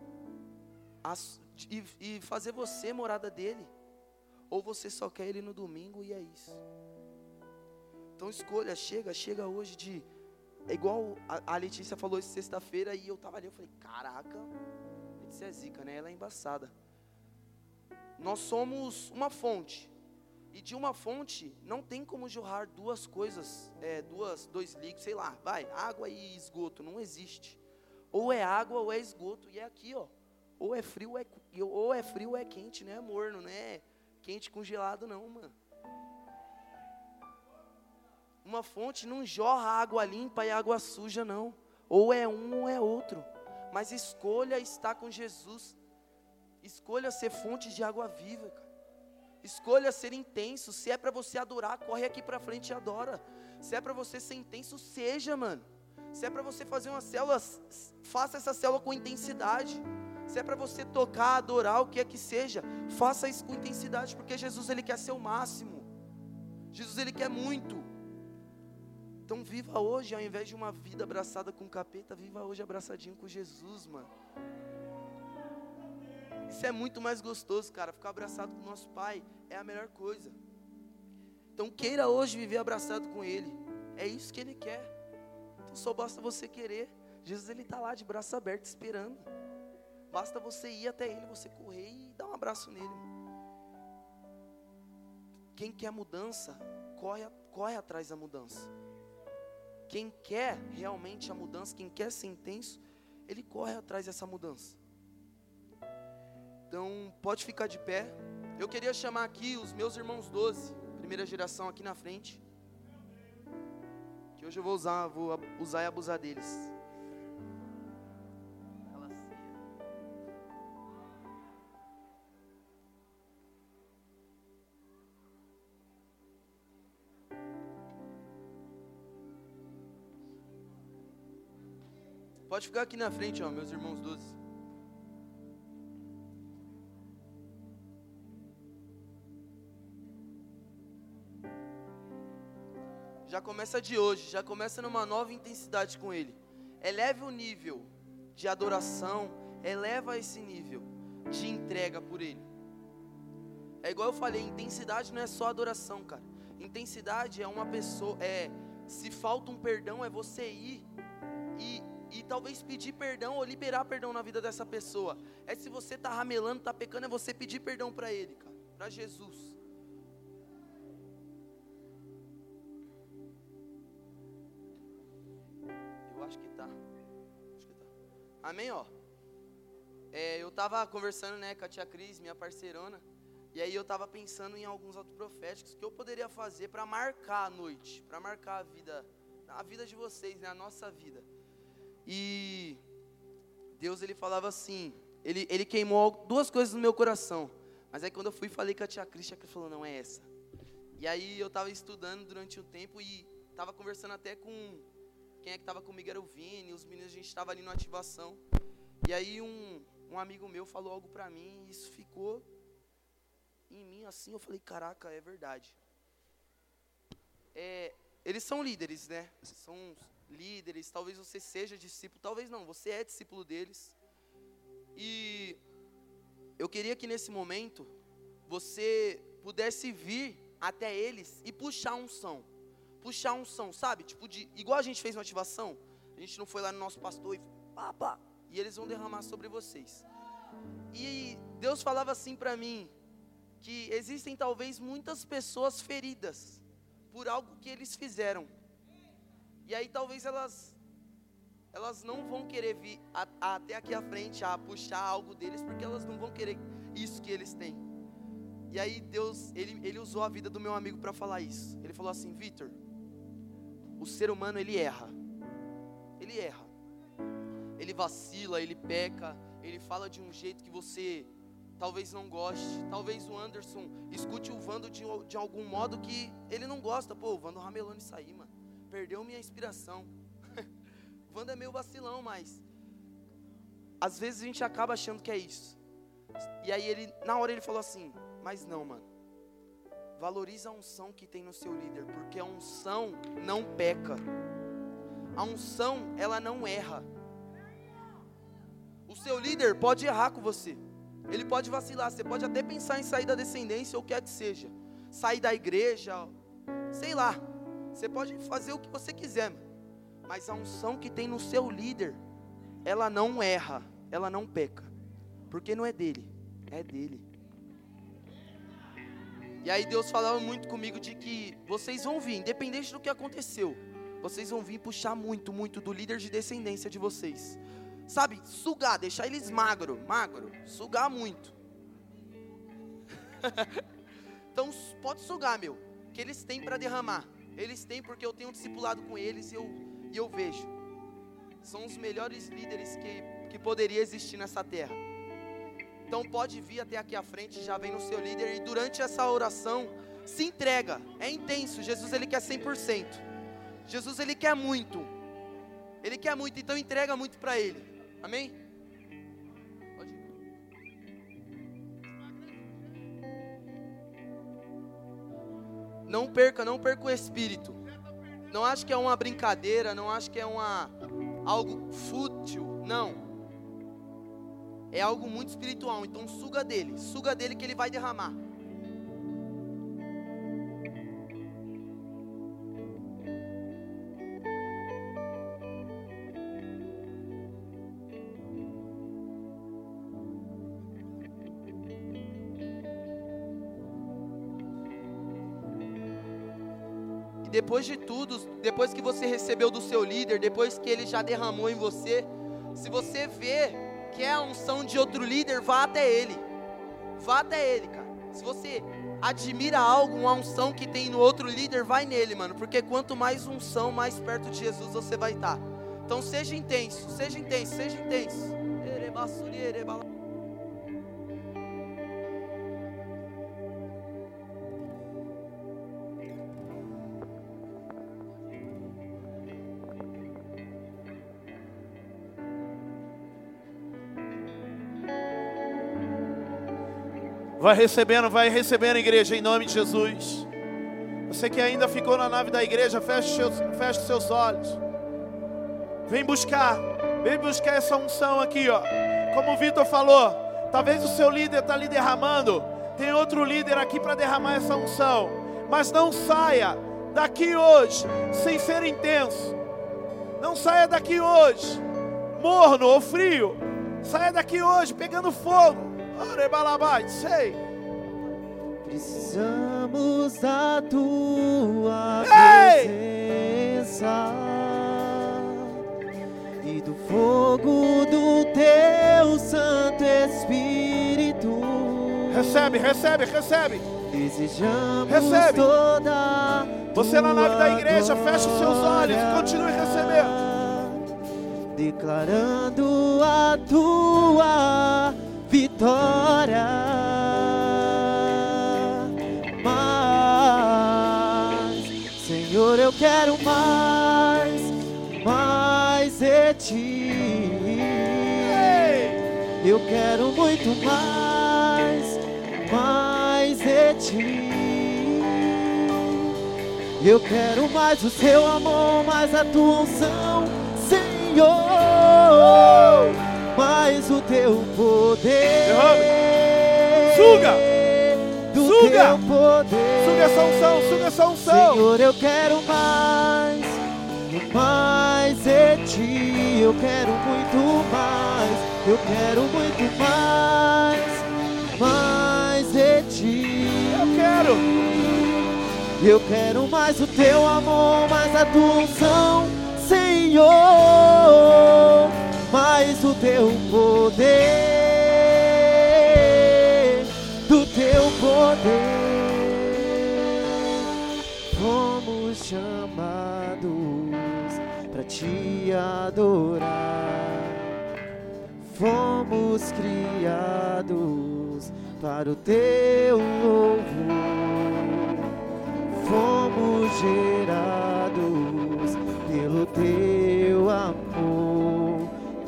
fazer você morada dEle. Ou você só quer Ele no domingo e é isso. Então escolha, chega hoje de... É igual a Letícia falou isso sexta-feira e eu tava ali, eu falei, caraca, Letícia é zica, né? Ela é embaçada. Nós somos uma fonte. E de uma fonte não tem como jorrar duas coisas, dois líquidos, sei lá, água e esgoto, não existe. Ou é água ou é esgoto, e é aqui, ó. Ou é frio ou é quente, não é morno, não é quente com gelado não, mano. Uma fonte não jorra água limpa e água suja não. Ou é um ou é outro. Mas escolha estar com Jesus. Escolha ser fonte de água viva, cara. Escolha ser intenso. Se é para você adorar, corre aqui para frente e adora. Se é para você ser intenso, seja, mano. Se é para você fazer uma célula, faça essa célula com intensidade. Se é para você tocar, adorar, o que é que seja, faça isso com intensidade, porque Jesus, Ele quer ser o máximo. Jesus, Ele quer muito. Então viva hoje, ao invés de uma vida abraçada com o capeta, viva hoje abraçadinho com Jesus, mano. Isso é muito mais gostoso, cara. Ficar abraçado com o nosso Pai é a melhor coisa. Então queira hoje viver abraçado com Ele. É isso que Ele quer. Então só basta você querer. Jesus, Ele está lá de braço aberto esperando. Basta você ir até Ele, você correr e dar um abraço nele. Quem quer mudança, corre atrás da mudança. Quem quer realmente a mudança, quem quer ser intenso, ele corre atrás dessa mudança. Então, pode ficar de pé. Eu queria chamar aqui os meus irmãos 12, primeira geração aqui na frente. Que hoje eu vou usar e abusar deles. Pode ficar aqui na frente, ó, meus irmãos 12. Já começa de hoje, já começa numa nova intensidade com Ele. Eleve o nível de adoração, eleva esse nível de entrega por Ele. É igual eu falei, intensidade não é só adoração, cara. Intensidade é uma pessoa, se falta um perdão, é você ir e talvez pedir perdão ou liberar perdão na vida dessa pessoa. É se você está ramelando, está pecando, é você pedir perdão para Ele, cara, para Jesus. Eu acho que tá. Amém, ó. Eu estava conversando, né, com a tia Cris, minha parceirona, e aí eu estava pensando em alguns atos proféticos que eu poderia fazer para marcar a noite, para marcar a vida de vocês, né, a nossa vida. E Deus, Ele falava assim, ele queimou duas coisas no meu coração. Mas aí quando eu fui e falei com a tia Cris falou, não é essa. E aí eu estava estudando durante um tempo e estava conversando até com quem é que estava comigo, era o Vini, os meninos, a gente estava ali na ativação. E aí um amigo meu falou algo para mim e isso ficou em mim assim, eu falei, caraca, é verdade. Eles são líderes, né? São líderes, talvez você seja discípulo, talvez não, você é discípulo deles. E eu queria que nesse momento você pudesse vir até eles e puxar um som, sabe? Tipo igual a gente fez na ativação, a gente não foi lá no nosso pastor e eles vão derramar sobre vocês. E Deus falava assim para mim, que existem talvez muitas pessoas feridas por algo que eles fizeram. E aí talvez elas não vão querer vir até aqui à frente a puxar algo deles, porque elas não vão querer isso que eles têm. E aí Deus, ele usou a vida do meu amigo para falar isso. Ele falou assim: Vitor, o ser humano ele erra, ele vacila, ele peca, ele fala de um jeito que você talvez não goste. Talvez o Anderson escute o Vando de algum modo que ele não gosta. Pô, o Vando ramelando isso aí, mano, perdeu minha inspiração. O Vando é meio vacilão, mas às vezes a gente acaba achando que é isso. E aí na hora ele falou assim: mas não, mano, valoriza a unção que tem no seu líder, porque a unção não peca, a unção ela não erra. O seu líder pode errar com você, ele pode vacilar, você pode até pensar em sair da descendência ou o que quer que seja, sair da igreja, sei lá, você pode fazer o que você quiser, mas a unção que tem no seu líder, ela não erra, ela não peca, porque não é dele, é dele. E aí Deus falava muito comigo de que vocês vão vir, independente do que aconteceu, vocês vão vir puxar muito do líder de descendência de vocês. Sabe, sugar, deixar eles magro, sugar muito. Então pode sugar, meu, que eles têm para derramar. Eles têm, porque eu tenho discipulado com eles e eu vejo. São os melhores líderes que poderia existir nessa terra. Então pode vir até aqui à frente, já vem no seu líder, e durante essa oração, se entrega, é intenso. Jesus ele quer 100%, Jesus ele quer muito, então entrega muito para ele, amém? Pode ir. Não perca o espírito, não acho que é uma brincadeira, não acho que é algo fútil, não. É algo muito espiritual, então suga dele que ele vai derramar. E depois de tudo, depois que você recebeu do seu líder, depois que ele já derramou em você, se você vê que é a unção de outro líder, vá até ele, cara. Se você admira algo, uma unção que tem no outro líder, vai nele, mano, porque quanto mais unção, mais perto de Jesus você vai estar. Então seja intenso. Vai recebendo, igreja, em nome de Jesus. Você que ainda ficou na nave da igreja, feche os seus olhos. Vem buscar essa unção aqui, ó. Como o Vitor falou, talvez o seu líder está ali derramando. Tem outro líder aqui para derramar essa unção. Mas não saia daqui hoje sem ser intenso. Não saia daqui hoje morno ou frio. Saia daqui hoje pegando fogo. Precisamos da tua presença e do fogo do teu Santo Espírito. Recebe. Desejamos toda. Você na nave da igreja, feche os seus olhos e continue recebendo. Declarando a tua vitória, mas Senhor, eu quero mais de ti. Eu quero muito mais de ti. Eu quero mais o seu amor, mais a tua unção, Senhor, mais o teu poder. Suga teu poder. Suga essa unção. Senhor, eu quero mais de ti. Eu quero muito mais. Eu quero muito mais de ti. Eu quero mais o teu amor, mais a tua unção, Senhor, mais o teu poder, do teu poder. Fomos chamados para te adorar, fomos criados para o teu louvor, fomos gerados pelo teu amor,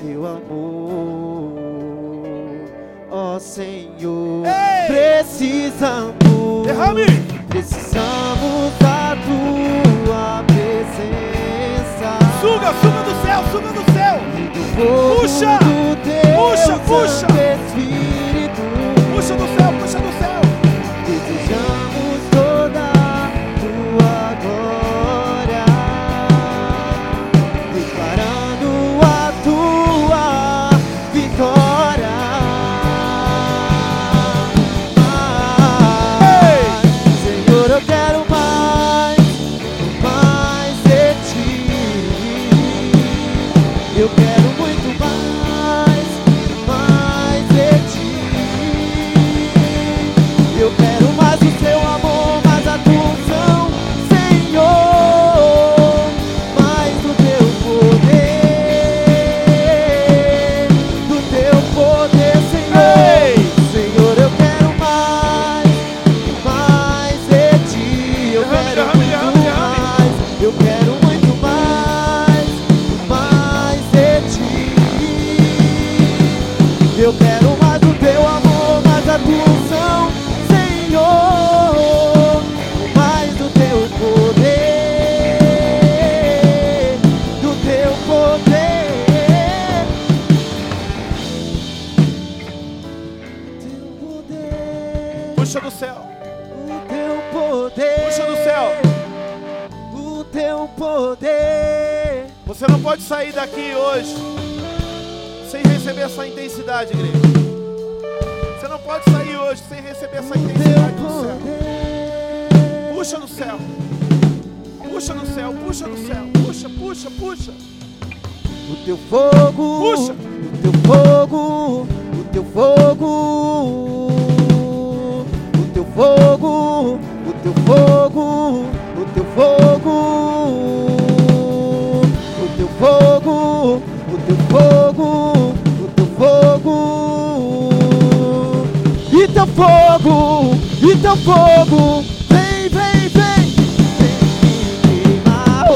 ó Senhor. Ei! Precisamos da tua presença. Suga do céu, suga do céu. Puxa, puxa. Espírito. Puxa do céu, puxa do céu. Desejamos toda a tua glória, declarando a tua vitória. Senhor, eu quero mais de ti. Eu quero muito mais de ti. Eu quero mais o teu amor, mais a tua unção, Senhor, mais do teu poder, Senhor. Senhor, eu quero mais de ti. Eu quero muito mais, eu quero muito mais de ti. Eu quero mais do teu amor, mais a tua unção, Senhor, mais do teu poder, Puxa do céu. o teu poder, Puxa do céu. o teu poder. Você não pode sair daqui hoje sem receber essa intensidade, igreja. Você não pode sair hoje sem receber essa intensidade do céu. Puxa no céu. Puxa no céu, puxa no céu. Puxa, puxa, puxa. O teu fogo, Puxa. o teu fogo, o teu fogo, o teu fogo, o teu fogo, o teu fogo, o teu fogo, o teu fogo, o teu fogo, e teu fogo, e teu fogo, vem, vem, vem, vem me queimar,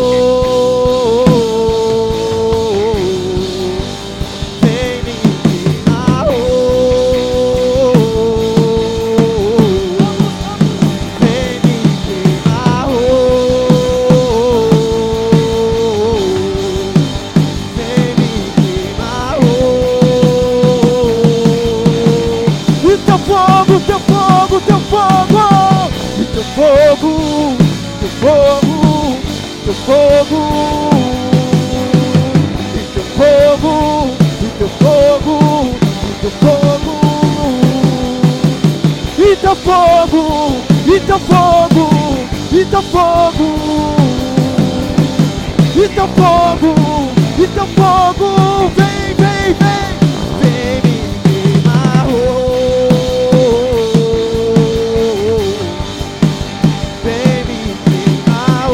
vem me queimar, vem me queimar, vem me queimar, e teu fogo, teu fogo, teu fogo, e teu fogo, teu fogo, teu fogo, e teu fogo, e teu fogo, e teu fogo, e teu fogo, e teu fogo, e teu fogo, e teu fogo, e teu fogo, vem, vem, vem, vem me queimar, vem me queimar,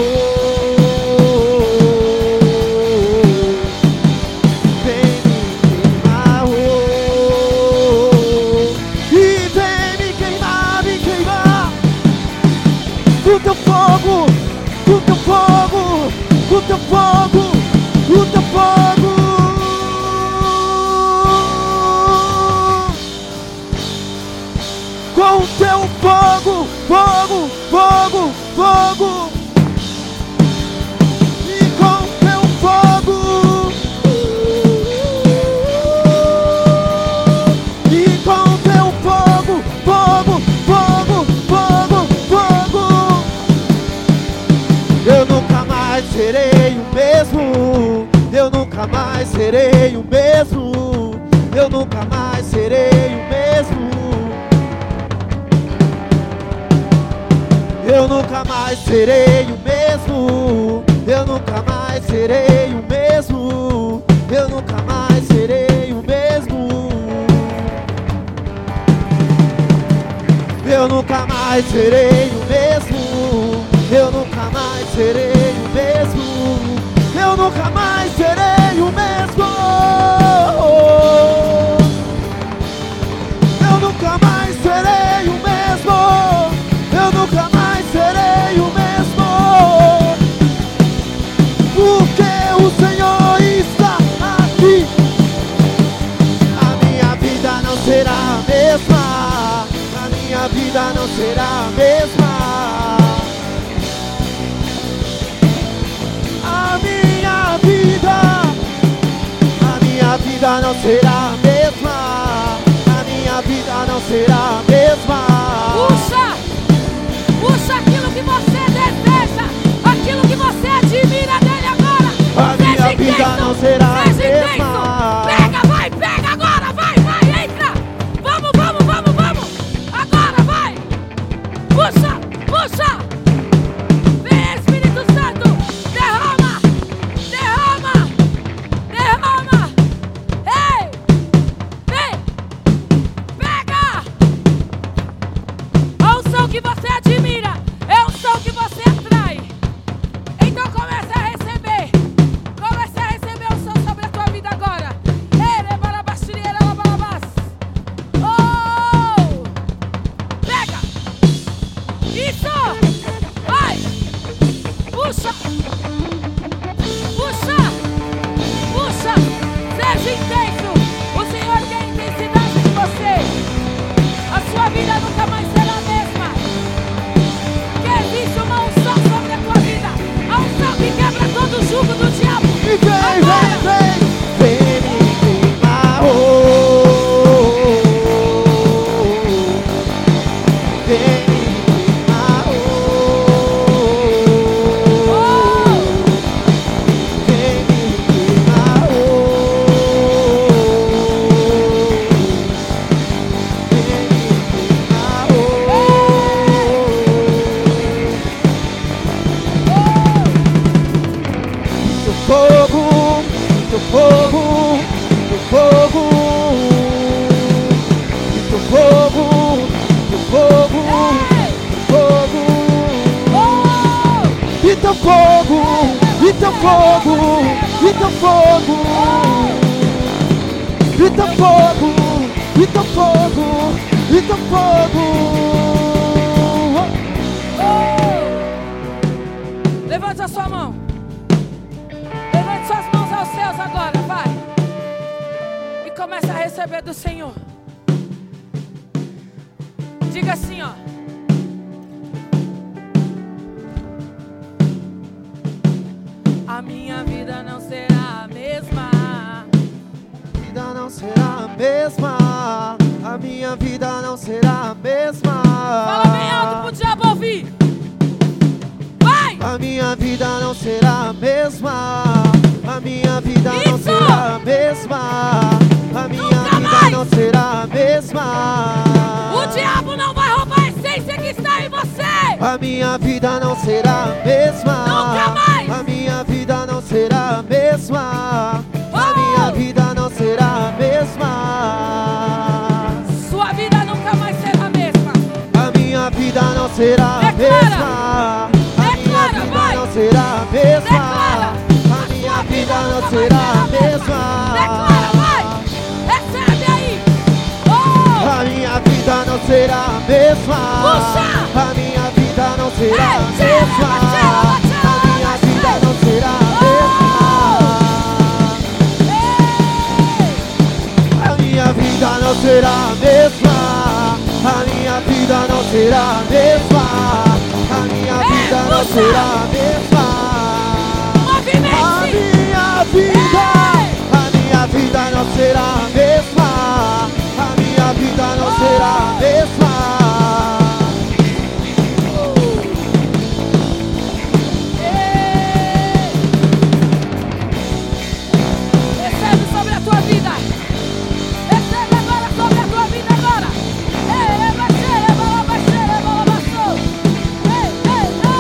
vem me queimar, e vem me queimar, me queimar, o teu fogo, o teu fogo, o teu fogo, o teu fogo. Com o teu fogo, fogo, fogo, fogo, e com o teu fogo, e com o teu fogo, fogo, fogo, fogo, fogo. Eu nunca mais serei o mesmo, eu nunca mais serei o mesmo, eu nunca mais serei o mesmo. Eu nunca nunca mais serei o mesmo. Eu nunca mais serei o mesmo. Eu nunca mais serei o mesmo. Eu nunca mais serei o mesmo. Eu nunca mais serei o mesmo. Eu nunca mais serei o mesmo. Eu nunca mais serei o mesmo. Eu nunca mais serei o mesmo. Porque o Senhor está aqui. A minha vida não será a mesma. A minha vida não será a mesma. A minha vida não será a mesma. A minha vida não será a mesma. Puxa aquilo que você deseja, aquilo que você admira dele agora. A minha vida não será a mesma. Pega, vai, pega agora, vai, entra. Vamos. Agora, vai. Puxa. Vem, Espírito Santo, derrama. Ei, vem, pega. A unção que você admira é a unção que você atrai. Então comece a receber a unção sobre a tua vida agora. Oh, pega. Isso, vai. Puxa. Seja intenso. O Senhor quer intensidade de você. A sua vida nunca mais será a mesma. Que existe uma unção sobre a tua vida. A unção que quebra todo o jugo do diabo. E vem me queimar. Vem me queimar. Vem me queimar. Levante a sua mão. Levante suas mãos aos céus agora, vai. E comece a receber do Senhor. Diga assim, ó. A minha vida não será a mesma. Vida não será a mesma. A minha vida não será a mesma. Fala bem alto pro diabo ouvir. Vai! A minha vida não será a mesma. A minha vida não será a mesma. A minha vida não será a mesma. O diabo não vai roubar a essência que está em você. A minha vida não será a mesma. Nunca mais. A minha vida não será a mesma. A minha vida não será a mesma. Sua vida nunca mais será a mesma. A minha vida não será a mesma. A minha vida não será a mesma. A minha vida não será a mesma. Declara, vai. Recebe aí. A minha vida não será a mesma. Puxa. A minha vida não será a mesma. A minha vida não será a mesma. A minha vida não será a mesma. A minha vida não será a mesma. A minha vida não será a mesma. Movimente. A minha vida não será a mesma. A minha vida não será a mesma. Recebe sobre a tua vida. Recebe agora sobre a tua vida agora. Ei, ei, ei, ei, ei, ei, ei, ei.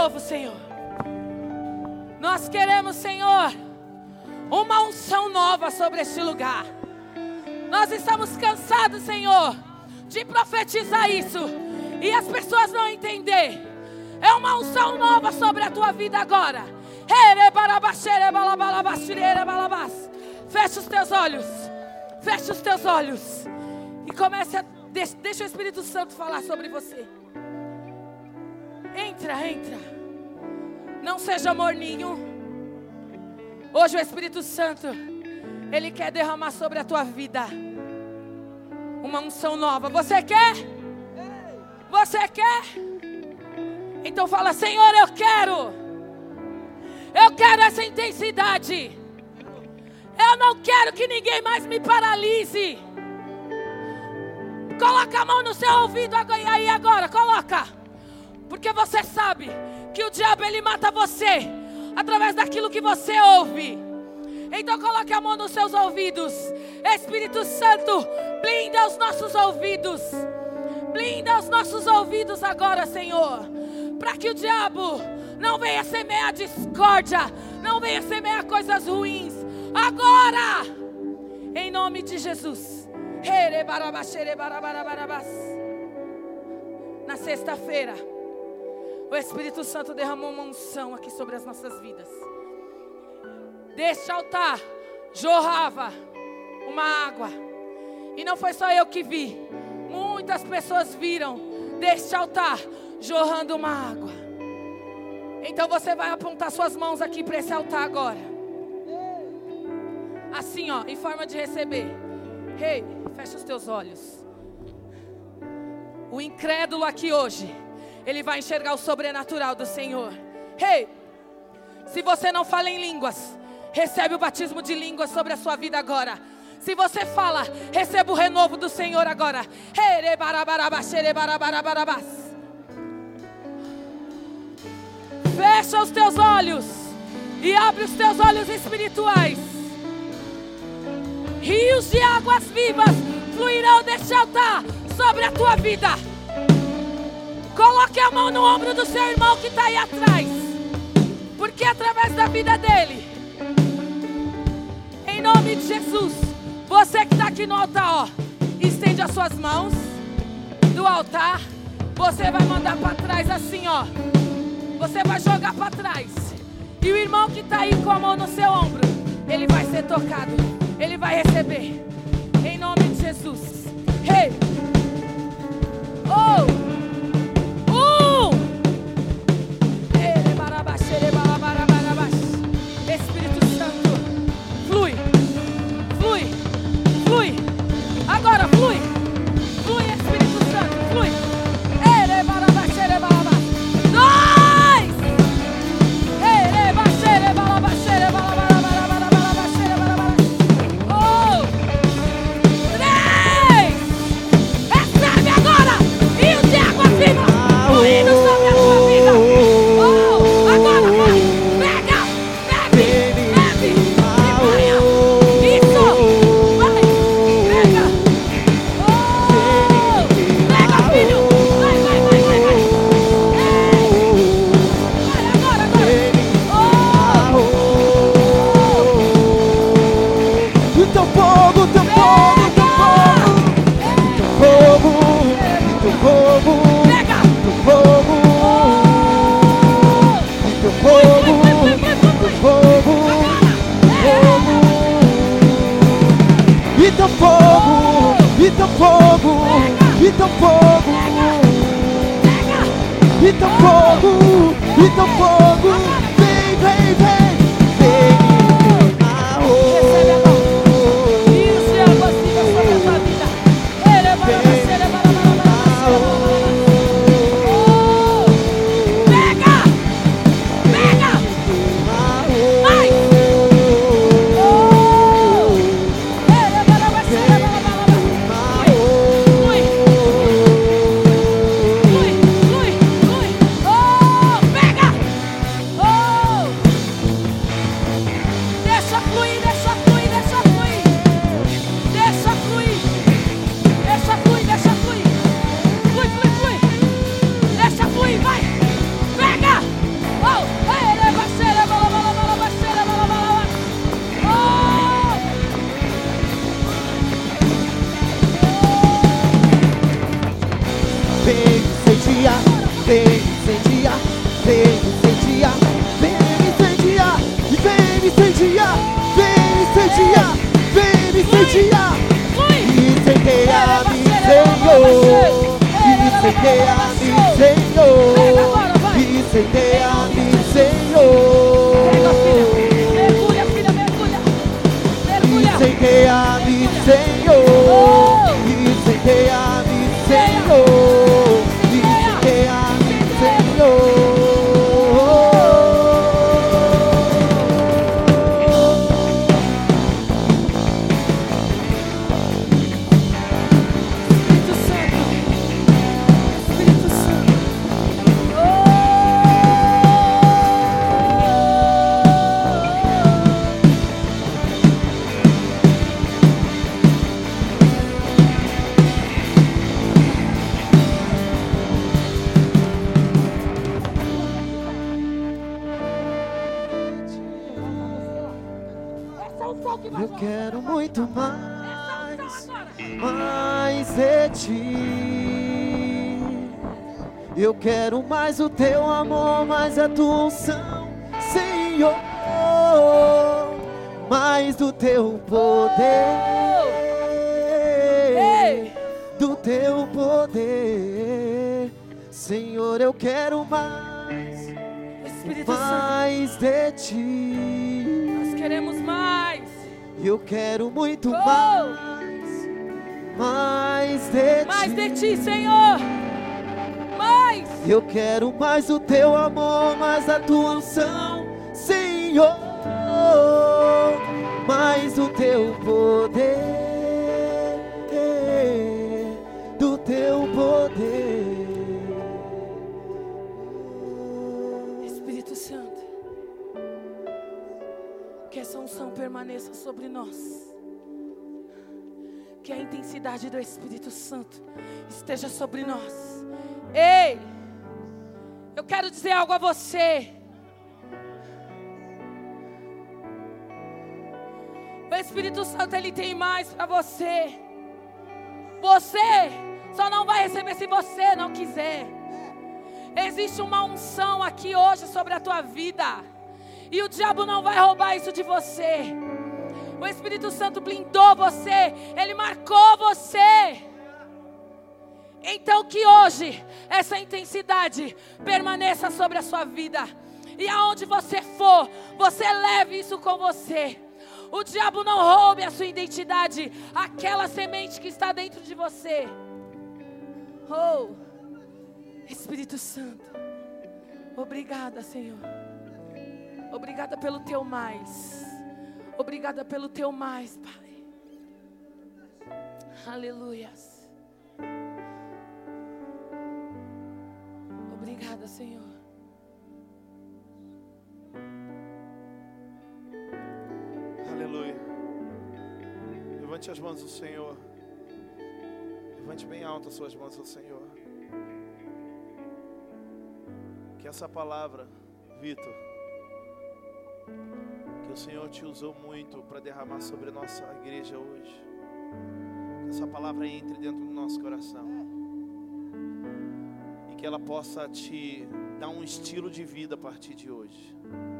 novo, Senhor. Nós queremos, Senhor, uma unção nova sobre este lugar. Nós estamos cansados, Senhor, de profetizar isso e as pessoas não entender. É uma unção nova sobre a tua vida agora. Fecha os teus olhos. Fecha os teus olhos. E comece a... Deixa o Espírito Santo falar sobre você. Entra. Não seja morninho. Hoje o Espírito Santo, Ele quer derramar sobre a tua vida uma unção nova. Você quer? Você quer? Então fala: Senhor, eu quero essa intensidade. Eu não quero que ninguém mais me paralise. Coloca a mão no seu ouvido aí agora, coloca. Porque você sabe que o diabo, ele mata você através daquilo que você ouve. Então coloque a mão nos seus ouvidos. Espírito Santo, blinda os nossos ouvidos. Blinda os nossos ouvidos agora, Senhor, para que o diabo não venha semear discórdia, não venha semear coisas ruins. Agora, em nome de Jesus. Na sexta-feira, o Espírito Santo derramou uma unção aqui sobre as nossas vidas. Deste altar jorrava uma água. E não foi só eu que vi. Muitas pessoas viram deste altar jorrando uma água. Então você vai apontar suas mãos aqui para esse altar agora. Assim, ó, em forma de receber. Fecha os teus olhos. O incrédulo aqui hoje, ele vai enxergar o sobrenatural do Senhor. Se você não fala em línguas, recebe o batismo de línguas sobre a sua vida agora. Se você fala, receba o renovo do Senhor agora. Fecha os teus olhos e abre os teus olhos espirituais. Rios de águas vivas fluirão deste altar sobre a tua vida. Coloque a mão no ombro do seu irmão que está aí atrás, porque através da vida dele, em nome de Jesus, você que está aqui no altar, ó, estende as suas mãos do altar. Você vai mandar para trás assim, ó. Você vai jogar para trás. E o irmão que está aí com a mão no seu ombro, ele vai ser tocado. Ele vai receber. Em nome de Jesus. Espírito Santo, flui. Agora flui, Espírito Santo, flui. Recebe agora, rio de água viva, fluindo sobre a sua vida. Agora vai, pega, bebe, e banha. Isso, vai, pega. Pega, filho, vai. Vai, agora. O teu fogo, o teu fogo, o teu fogo, o teu fogo, Pega. o teu fogo, o teu fogo, o teu fogo, e teu fogo, e teu fogo, e teu fogo, e teu fogo, e teu fogo, vem. Recebe agora. Rios de água viva sobre a tua vida. Pega. Vai. Flui. Incendeia-me, Senhor. Incendeia-me, Senhor. Mergulha, filha, mergulha. Mergulha. Incendeia-me, Senhor. Incendeia-me, Senhor. Incendeia-me, Senhor. Eu quero muito mais de ti. Eu quero mais o teu amor, mais a tua unção, Senhor. Mais do teu poder, do teu poder, Senhor. Eu quero mais, mais de ti. Nós queremos mais. Eu quero muito mais de ti. Mais de ti, Senhor. Mais. Eu quero mais o teu amor, mais a tua unção, Senhor. Mais o teu poder, do teu poder. Espírito Santo, que essa unção permaneça sobre nós. Que a intensidade do Espírito Santo esteja sobre nós. Ei, eu quero dizer algo a você. O Espírito Santo, ele tem mais para você. Você só não vai receber se você não quiser. Existe uma unção aqui hoje sobre a tua vida. E o diabo não vai roubar isso de você. O Espírito Santo blindou você. Ele marcou você. Então que hoje essa intensidade permaneça sobre a sua vida. E aonde você for, você leve isso com você. O diabo não roube a sua identidade. Aquela semente que está dentro de você. Oh, Espírito Santo, obrigada, Senhor. Obrigada pelo teu mais. Obrigada pelo teu mais, Pai. Aleluias. Obrigada, Senhor. Aleluia. Levante as mãos ao Senhor. Levante bem alto as suas mãos ao Senhor. Que essa palavra, Vitor, que o Senhor te usou muito para derramar sobre a nossa igreja hoje, que essa palavra entre dentro do nosso coração e que ela possa te dar um estilo de vida a partir de hoje.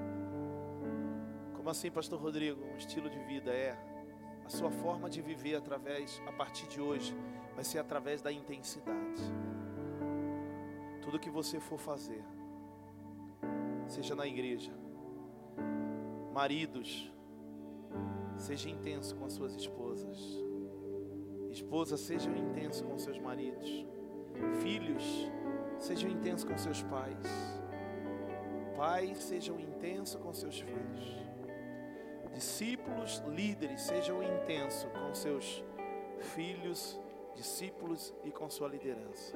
Como assim, pastor Rodrigo? Um estilo de vida é a sua forma de viver a partir de hoje, vai ser através da intensidade. Tudo que você for fazer, seja na igreja, maridos, seja intenso com as suas esposas, esposas, sejam intensos com seus maridos, filhos, sejam intensos com seus pais, pais, sejam intensos com seus filhos, discípulos, líderes, sejam intensos com seus filhos, discípulos e com sua liderança.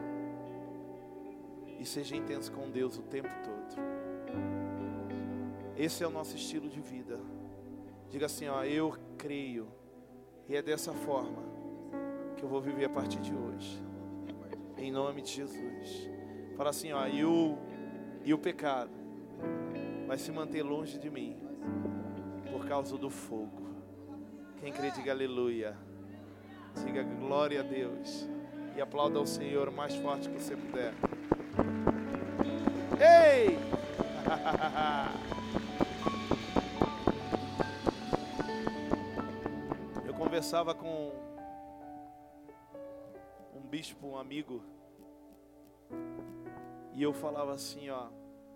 E seja intenso com Deus o tempo todo. Esse é o nosso estilo de vida. Diga assim, ó, eu creio. E é dessa forma que eu vou viver a partir de hoje. Em nome de Jesus. Fala assim, ó, e o pecado vai se manter longe de mim por causa do fogo. Quem crê, diga aleluia. Diga glória a Deus. E aplauda ao Senhor o mais forte que você puder. Ei! Eu conversava com um bispo, um amigo, E eu falava assim, ó,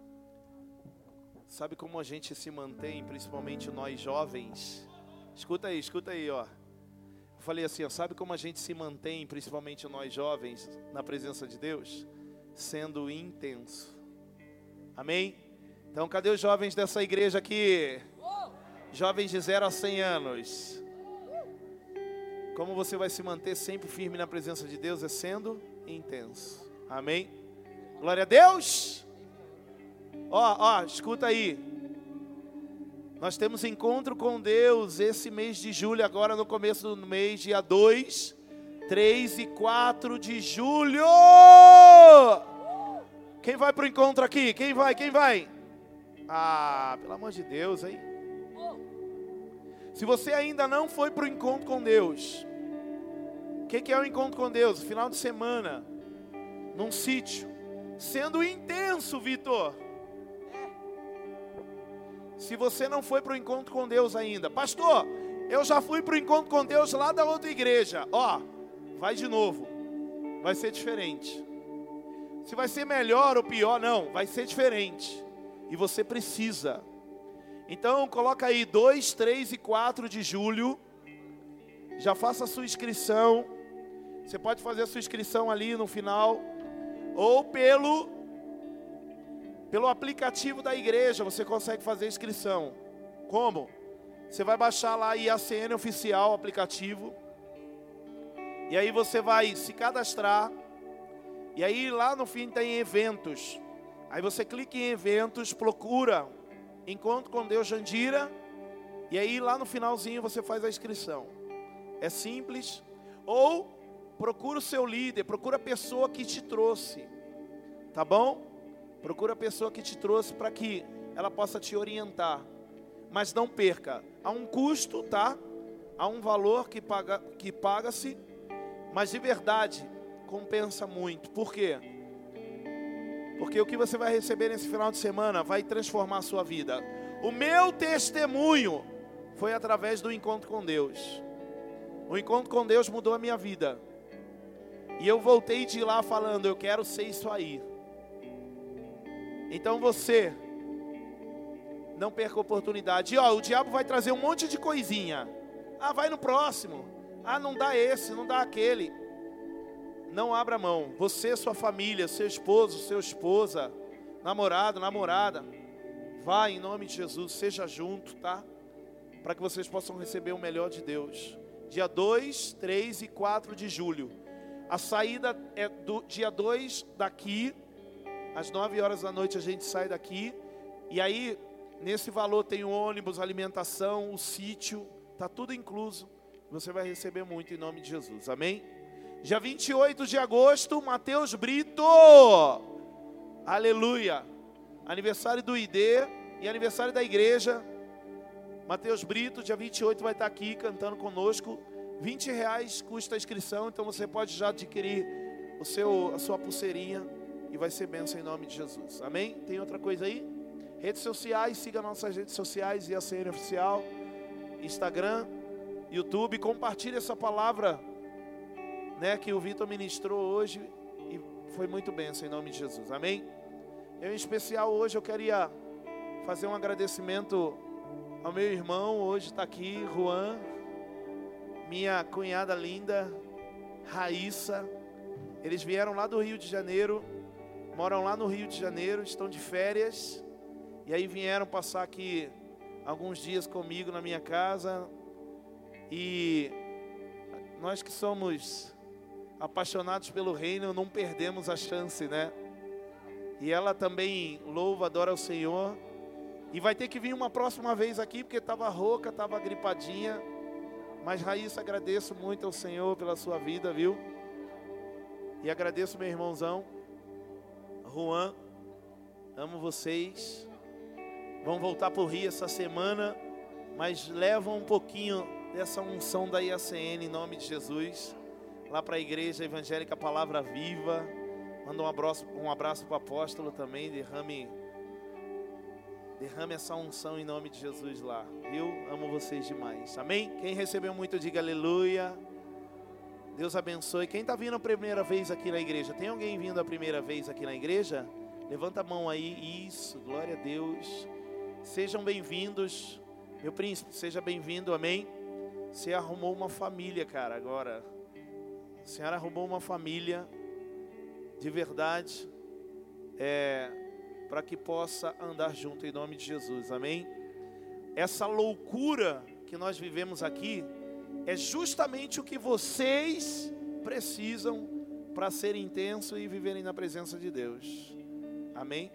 sabe como a gente se mantém, principalmente nós jovens? Escuta aí, ó. Eu falei assim, ó, sabe como a gente se mantém, principalmente nós jovens, na presença de Deus? Sendo intenso. Amém? Então, cadê os jovens dessa igreja aqui? Jovens de 0 a 100 anos. Como você vai se manter sempre firme na presença de Deus? É sendo intenso. Amém? Glória a Deus. Ó, escuta aí. Nós temos encontro com Deus esse mês de julho, agora no começo do mês, dia 2, 3 e 4 de julho. Quem vai para o encontro aqui? Quem vai? Ah, pelo amor de Deus, hein? Se você ainda não foi para o encontro com Deus, o que é o encontro com Deus? Final de semana, num sítio, sendo intenso, Vitor. Se você não foi para o encontro com Deus ainda, pastor, eu já fui para o encontro com Deus lá da outra igreja. Ó, vai de novo, vai ser diferente. Se vai ser melhor ou pior, não, vai ser diferente. E você precisa. Então, coloca aí 2, 3 e 4 de julho. Já faça a sua inscrição. Você pode fazer a sua inscrição ali no final. Ou pelo aplicativo da igreja, você consegue fazer a inscrição. Como? Você vai baixar lá IACN Oficial, aplicativo. E aí você vai se cadastrar. E aí lá no fim tem eventos. Aí você clica em eventos, procura Encontro com Deus Jandira. E aí lá no finalzinho você faz a inscrição. É simples. Ou procura o seu líder, procura a pessoa que te trouxe. Tá bom? Procura a pessoa que te trouxe para que ela possa te orientar. Mas não perca. Há um custo, tá? Há um valor que paga-se. Mas de verdade, compensa muito. Por quê? Porque o que você vai receber nesse final de semana vai transformar a sua vida. O meu testemunho foi através do encontro com Deus. O encontro com Deus mudou a minha vida. E eu voltei de lá falando, eu quero ser isso aí. Então você não perca a oportunidade. E ó, o diabo vai trazer um monte de coisinha. Ah, vai no próximo. Ah, não dá esse, não dá aquele. Não abra mão. Você, sua família, seu esposo, sua esposa, namorado, namorada. Vá em nome de Jesus, seja junto, tá? Para que vocês possam receber o melhor de Deus. Dia 2, 3 e 4 de julho. A saída é do dia 2 daqui. Às 9 horas da noite a gente sai daqui. E aí, nesse valor tem o ônibus, alimentação, o sítio. Está tudo incluso. Você vai receber muito em nome de Jesus. Amém? Dia 28 de agosto, Mateus Brito. Aleluia. Aniversário do ID e aniversário da igreja. Mateus Brito, dia 28, vai estar aqui cantando conosco. R$20 custa a inscrição, então você pode já adquirir a sua pulseirinha e vai ser bênção em nome de Jesus. Amém? Tem outra coisa aí? Redes sociais, siga nossas redes sociais, IACN Oficial, Instagram, YouTube. Compartilhe essa palavra, né, que o Vitor ministrou hoje e foi muito bênção em nome de Jesus. Amém? Eu, em especial, hoje eu queria fazer um agradecimento ao meu irmão. Hoje está aqui, Juan, minha cunhada linda, Raíssa. Eles vieram lá do Rio de Janeiro, moram lá no Rio de Janeiro, estão de férias. E aí vieram passar aqui alguns dias comigo na minha casa. E nós que somos apaixonados pelo reino, não perdemos a chance, né? E ela também louva, adora o Senhor. E vai ter que vir uma próxima vez aqui, porque estava rouca, estava gripadinha. Mas Raíssa, agradeço muito ao Senhor pela sua vida, viu? E agradeço meu irmãozão, Juan. Amo vocês. Vão voltar para o Rio essa semana, mas levam um pouquinho dessa unção da IACN em nome de Jesus. Lá para a Igreja Evangélica Palavra Viva. Manda um abraço para o apóstolo também. Derrame essa unção em nome de Jesus lá, viu? Amo vocês demais, amém? Quem recebeu muito, diga aleluia. Deus abençoe. Quem está vindo a primeira vez aqui na igreja? Tem alguém vindo a primeira vez aqui na igreja? Levanta a mão aí, isso, glória a Deus. Sejam bem-vindos, meu príncipe, seja bem-vindo, amém? Você arrumou uma família, cara, agora. A senhora arrumou uma família, de verdade, para que possa andar junto em nome de Jesus, amém? Essa loucura que nós vivemos aqui é justamente o que vocês precisam para ser intenso e viverem na presença de Deus, amém?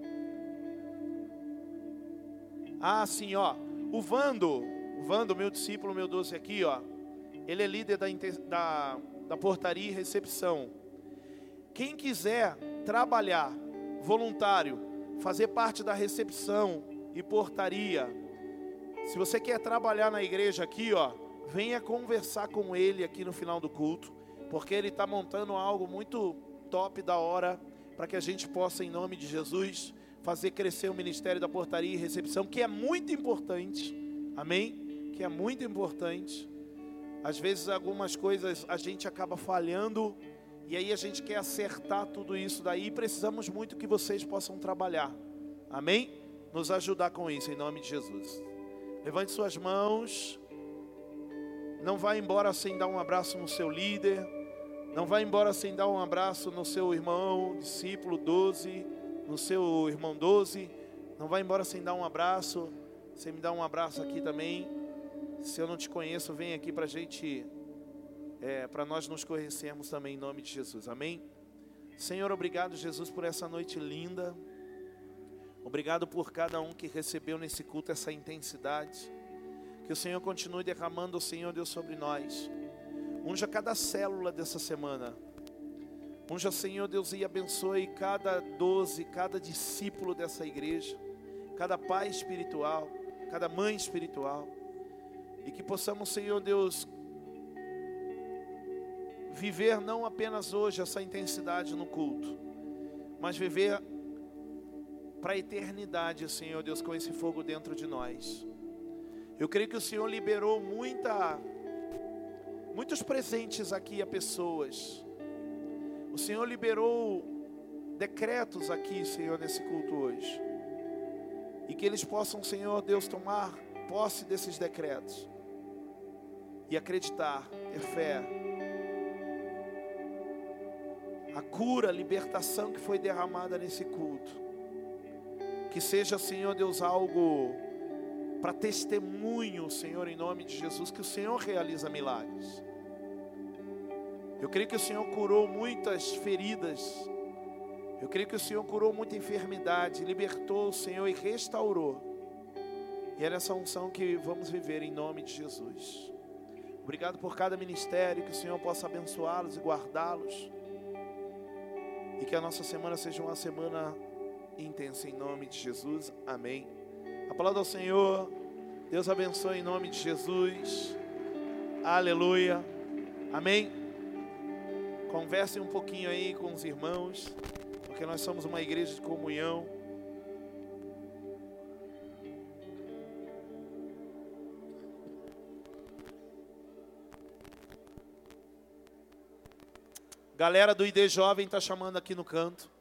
Ah, sim, ó, o Vando, meu discípulo, meu doce aqui, ó, ele é líder da portaria e recepção. Quem quiser trabalhar, voluntário, fazer parte da recepção e portaria, se você quer trabalhar na igreja aqui, ó, venha conversar com ele aqui no final do culto, porque ele está montando algo muito top, da hora, para que a gente possa, em nome de Jesus, fazer crescer o ministério da portaria e recepção, que é muito importante, amém? Que é muito importante. Às vezes algumas coisas a gente acaba falhando, e aí a gente quer acertar tudo isso daí, e precisamos muito que vocês possam trabalhar, amém? Nos ajudar com isso, em nome de Jesus. Levante suas mãos. Não vá embora sem dar um abraço no seu líder. Não vá embora sem dar um abraço no seu irmão, discípulo 12, no seu irmão 12. Não vá embora sem dar um abraço. Você me dá um abraço aqui também. Se eu não te conheço, vem aqui para a gente, para nós nos conhecermos também em nome de Jesus, amém? Senhor, obrigado, Jesus, por essa noite linda. Obrigado por cada um que recebeu nesse culto essa intensidade. Que o Senhor continue derramando, Senhor Deus, sobre nós. Unja cada célula dessa semana. Unja, Senhor Deus, e abençoe cada 12, cada discípulo dessa igreja, cada pai espiritual, cada mãe espiritual. E que possamos, Senhor Deus, viver não apenas hoje essa intensidade no culto, mas viver para a eternidade, Senhor Deus, com esse fogo dentro de nós. Eu creio que o Senhor liberou muitos presentes aqui a pessoas. O Senhor liberou decretos aqui, Senhor, nesse culto hoje. E que eles possam, Senhor Deus, tomar posse desses decretos e acreditar, ter fé. A cura, a libertação que foi derramada nesse culto, que seja, Senhor Deus, algo para testemunho, Senhor, em nome de Jesus, que o Senhor realiza milagres. Eu creio que o Senhor curou muitas feridas. Eu creio que o Senhor curou muita enfermidade, libertou o Senhor e restaurou. E é nessa unção que vamos viver em nome de Jesus. Obrigado por cada ministério, que o Senhor possa abençoá-los e guardá-los. E que a nossa semana seja uma semana intensa em nome de Jesus, amém. Aplauda ao Senhor. Deus abençoe em nome de Jesus, aleluia, amém. Conversem um pouquinho aí com os irmãos, porque nós somos uma igreja de comunhão. Galera do ID Jovem está chamando aqui no canto.